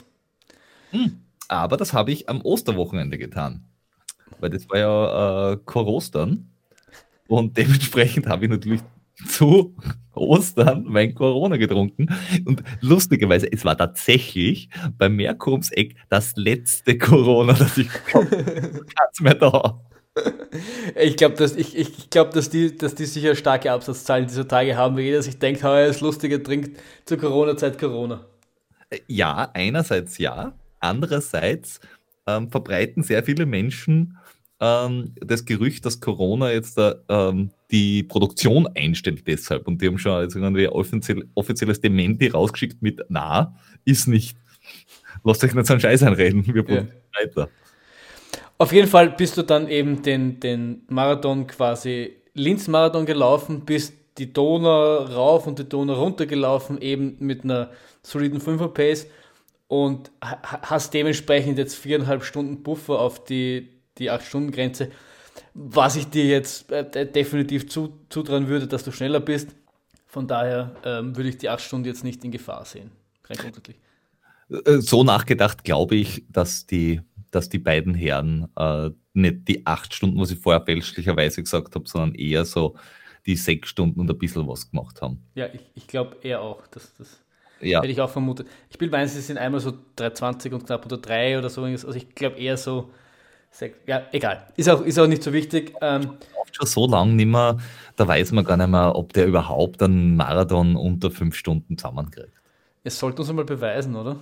Aber das habe ich am Osterwochenende getan. Weil das war ja Korostern. Und dementsprechend habe ich natürlich zu Ostern mein Corona getrunken. Und lustigerweise, es war tatsächlich bei Merkur ums Eck das letzte Corona, das ich ganz mehr da. ich glaube, dass die sicher starke Absatzzahlen dieser Tage haben, weil jeder sich denkt, heuer ist lustiger, trinkt zur Corona-Zeit Corona. Ja, einerseits ja. Andererseits verbreiten sehr viele Menschen das Gerücht, dass Corona jetzt die Produktion einstellt deshalb. Und die haben schon jetzt irgendwie offizielles Dementi rausgeschickt mit, na, ist nicht. Lasst euch nicht so einen Scheiß einreden, wir produzieren weiter. Auf jeden Fall bist du dann eben den Marathon quasi Linz-Marathon gelaufen, bist die Donau rauf und die Donau runter gelaufen, eben mit einer soliden 5er-Pace und hast dementsprechend jetzt 4,5 Stunden Buffer auf die 8-Stunden-Grenze, was ich dir jetzt definitiv zutrauen würde, dass du schneller bist. Von daher würde ich die 8 Stunden jetzt nicht in Gefahr sehen. Rein grundsätzlich. So nachgedacht glaube ich, dass die beiden Herren nicht die 8 Stunden, was ich vorher fälschlicherweise gesagt habe, sondern eher so die 6 Stunden und ein bisschen was gemacht haben. Ja, ich glaube eher auch. Das Ja. hätte ich auch vermutet. Ich bin meinen, sie sind einmal so 3,20 und knapp unter 3 oder so. Also ich glaube eher so 6. Ja, egal. Ist auch nicht so wichtig. Oft schon so lange nicht mehr, da weiß man gar nicht mehr, ob der überhaupt einen Marathon unter 5 Stunden zusammenkriegt. Es sollte uns einmal beweisen, oder?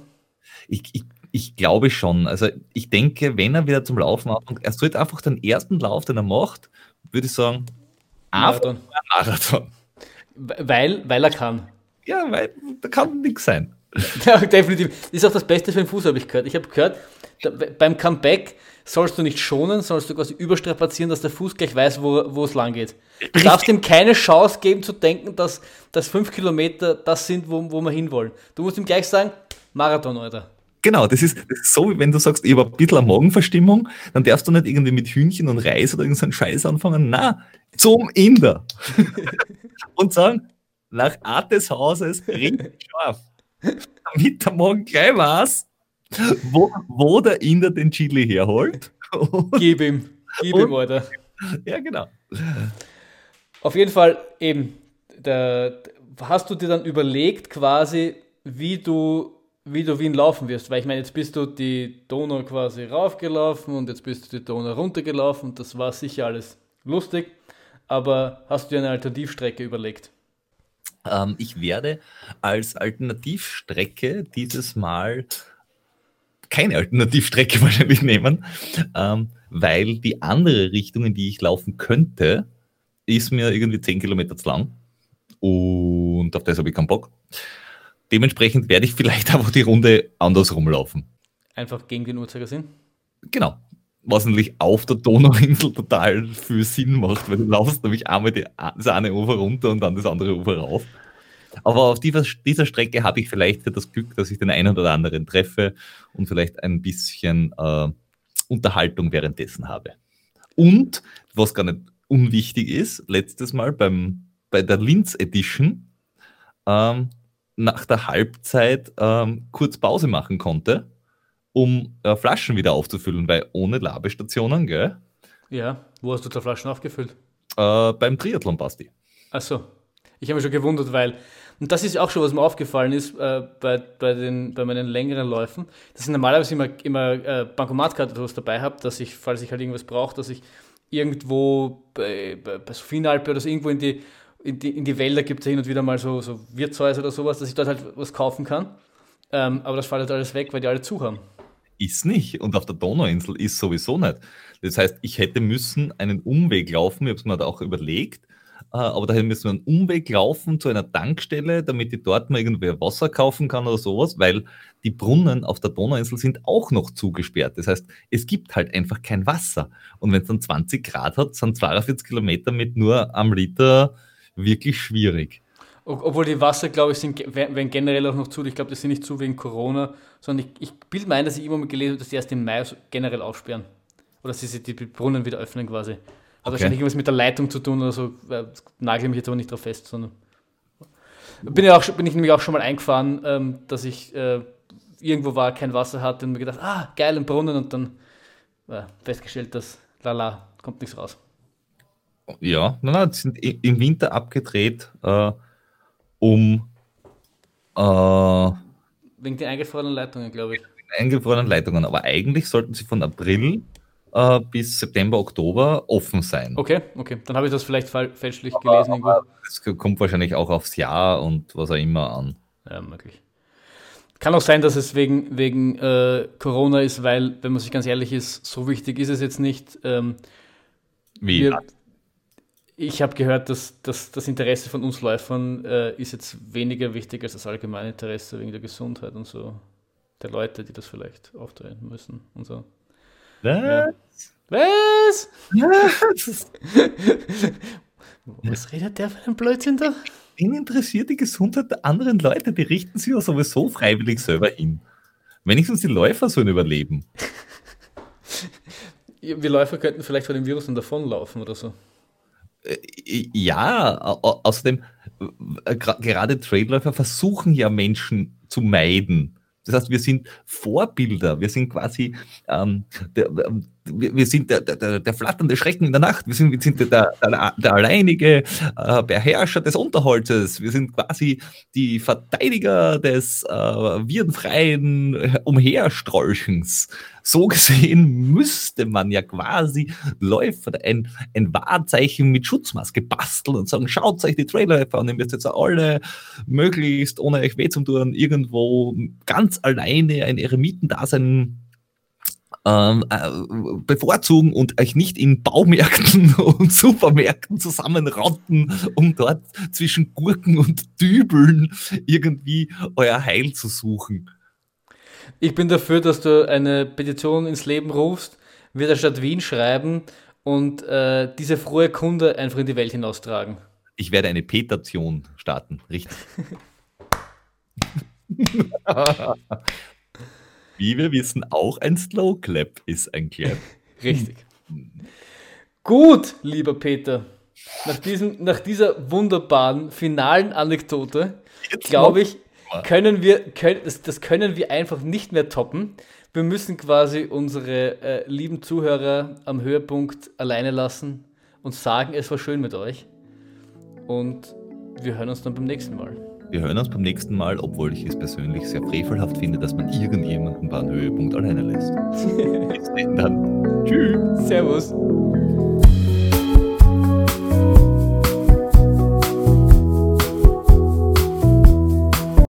Ich glaube schon. Also ich denke, wenn er wieder zum Laufen anfängt, er sollte einfach den ersten Lauf, den er macht, würde ich sagen, Marathon. Marathon. Weil er kann. Ja, weil da kann nichts sein. Ja, definitiv. Das ist auch das Beste für den Fuß, habe ich gehört. Ich habe gehört, beim Comeback sollst du nicht schonen, sollst du quasi überstrapazieren, dass der Fuß gleich weiß, wo es lang geht. Du darfst ihm keine Chance geben zu denken, dass 5 Kilometer das sind, wo wir hinwollen. Du musst ihm gleich sagen, Marathon, Alter. Genau, das ist so, wie wenn du sagst, ich habe ein bisschen eine Magenverstimmung, dann darfst du nicht irgendwie mit Hühnchen und Reis oder irgendeinen Scheiß anfangen. Na, zum Inder. Und sagen, nach Art des Hauses richtig scharf. damit der Morgen gleich weiß, wo der Inder den Chili herholt. Gib ihm, Alter. Ja, genau. Auf jeden Fall eben, hast du dir dann überlegt quasi, wie du Wien laufen wirst? Weil ich meine, jetzt bist du die Donau quasi raufgelaufen und jetzt bist du die Donau runtergelaufen und das war sicher alles lustig, aber hast du dir eine Alternativstrecke überlegt? Ich werde als Alternativstrecke dieses Mal keine Alternativstrecke wahrscheinlich nehmen, weil die andere Richtung, in die ich laufen könnte, ist mir irgendwie 10 Kilometer zu lang und auf das habe ich keinen Bock. Dementsprechend werde ich vielleicht aber die Runde andersrum laufen. Einfach gegen den Uhrzeigersinn? Genau. Was natürlich auf der Donauinsel total viel Sinn macht, weil du laufst nämlich einmal das eine Ufer runter und dann das andere Ufer rauf. Aber auf dieser Strecke habe ich vielleicht das Glück, dass ich den einen oder anderen treffe und vielleicht ein bisschen Unterhaltung währenddessen habe. Und, was gar nicht unwichtig ist, letztes Mal bei der Linz Edition nach der Halbzeit kurz Pause machen konnte, um Flaschen wieder aufzufüllen, weil ohne Labestationen, gell? Ja, wo hast du da Flaschen aufgefüllt? Beim Triathlon, Basti. Achso, ich habe mich schon gewundert, und das ist auch schon, was mir aufgefallen ist bei meinen längeren Läufen, dass ich normalerweise immer Bankomatkarte oder was dabei habe, dass ich, falls ich halt irgendwas brauche, dass ich irgendwo bei Sophienalpe oder so irgendwo in die Wälder gibt es ja hin und wieder mal so Wirtshäuser oder sowas, dass ich dort halt was kaufen kann. Aber das fällt halt alles weg, weil die alle zu haben. Ist nicht. Und auf der Donauinsel ist sowieso nicht. Das heißt, ich hätte müssen einen Umweg laufen, ich habe es mir da auch überlegt, aber daher müssen wir einen Umweg laufen zu einer Tankstelle, damit ich dort mal irgendwie Wasser kaufen kann oder sowas, weil die Brunnen auf der Donauinsel sind auch noch zugesperrt. Das heißt, es gibt halt einfach kein Wasser. Und wenn es dann 20 Grad hat, sind 42 Kilometer mit nur einem Liter wirklich schwierig. Obwohl die Wasser, glaube ich, werden generell auch noch zu. Ich glaube, das sind nicht zu wegen Corona, sondern ich bilde mir ein, dass ich immer mal gelesen habe, dass die erst im Mai generell aufsperren. Oder dass sie die Brunnen wieder öffnen quasi. Hat wahrscheinlich irgendwas mit der Leitung zu tun oder so. Nagel mich jetzt aber nicht drauf fest, sondern. Bin ich nämlich auch schon mal eingefahren, dass ich irgendwo war, kein Wasser hatte und mir gedacht, geil, ein Brunnen, und dann festgestellt, dass kommt nichts raus. Ja, nein, die sind im Winter abgedreht, wegen den eingefrorenen Leitungen, glaube ich. Eingefrorenen Leitungen, aber eigentlich sollten sie von April bis September, Oktober offen sein. Okay, dann habe ich das vielleicht fälschlich gelesen. Aber es kommt wahrscheinlich auch aufs Jahr und was auch immer an. Ja, möglich. Kann auch sein, dass es wegen Corona ist, weil, wenn man sich ganz ehrlich ist, so wichtig ist es jetzt nicht. Wie? Ich habe gehört, dass das Interesse von uns Läufern ist jetzt weniger wichtig als das allgemeine Interesse wegen der Gesundheit und so der Leute, die das vielleicht auftreten müssen und so. Was? Was? Was redet der für einen Blödsinn da? Wen interessiert die Gesundheit der anderen Leute? Die richten sich ja sowieso freiwillig selber hin. Wenigstens die Läufer sollen überleben. Wir Läufer könnten vielleicht vor dem Virus dann davonlaufen oder so. Ja, außerdem, gerade Trailläufer versuchen ja Menschen zu meiden. Das heißt, wir sind Vorbilder, wir sind quasi wir sind der flatternde Schrecken in der Nacht, wir sind der alleinige Beherrscher des Unterholzes, wir sind quasi die Verteidiger des virenfreien Umherstrolchens. So gesehen müsste man ja quasi Läufer ein Wahrzeichen mit Schutzmaske basteln und sagen, schaut euch die Trailläufer an, ihr müsst jetzt alle möglichst ohne euch weh zu tun irgendwo ganz alleine ein Eremitendasein bevorzugen und euch nicht in Baumärkten und Supermärkten zusammenrotten, um dort zwischen Gurken und Dübeln irgendwie euer Heil zu suchen. Ich bin dafür, dass du eine Petition ins Leben rufst, wir der Stadt Wien schreiben und diese frohe Kunde einfach in die Welt hinaustragen. Ich werde eine Petation starten, richtig. Wie wir wissen, auch ein Slow Clap ist ein Clap. Richtig. Gut, lieber Peter. Nach dieser wunderbaren finalen Anekdote, glaube ich, das können wir einfach nicht mehr toppen. Wir müssen quasi unsere lieben Zuhörer am Höhepunkt alleine lassen und sagen, es war schön mit euch. Und wir hören uns dann beim nächsten Mal. Wir hören uns beim nächsten Mal, obwohl ich es persönlich sehr frevelhaft finde, dass man irgendjemanden beim Höhepunkt alleine lässt. Bis dann. Tschüss. Servus.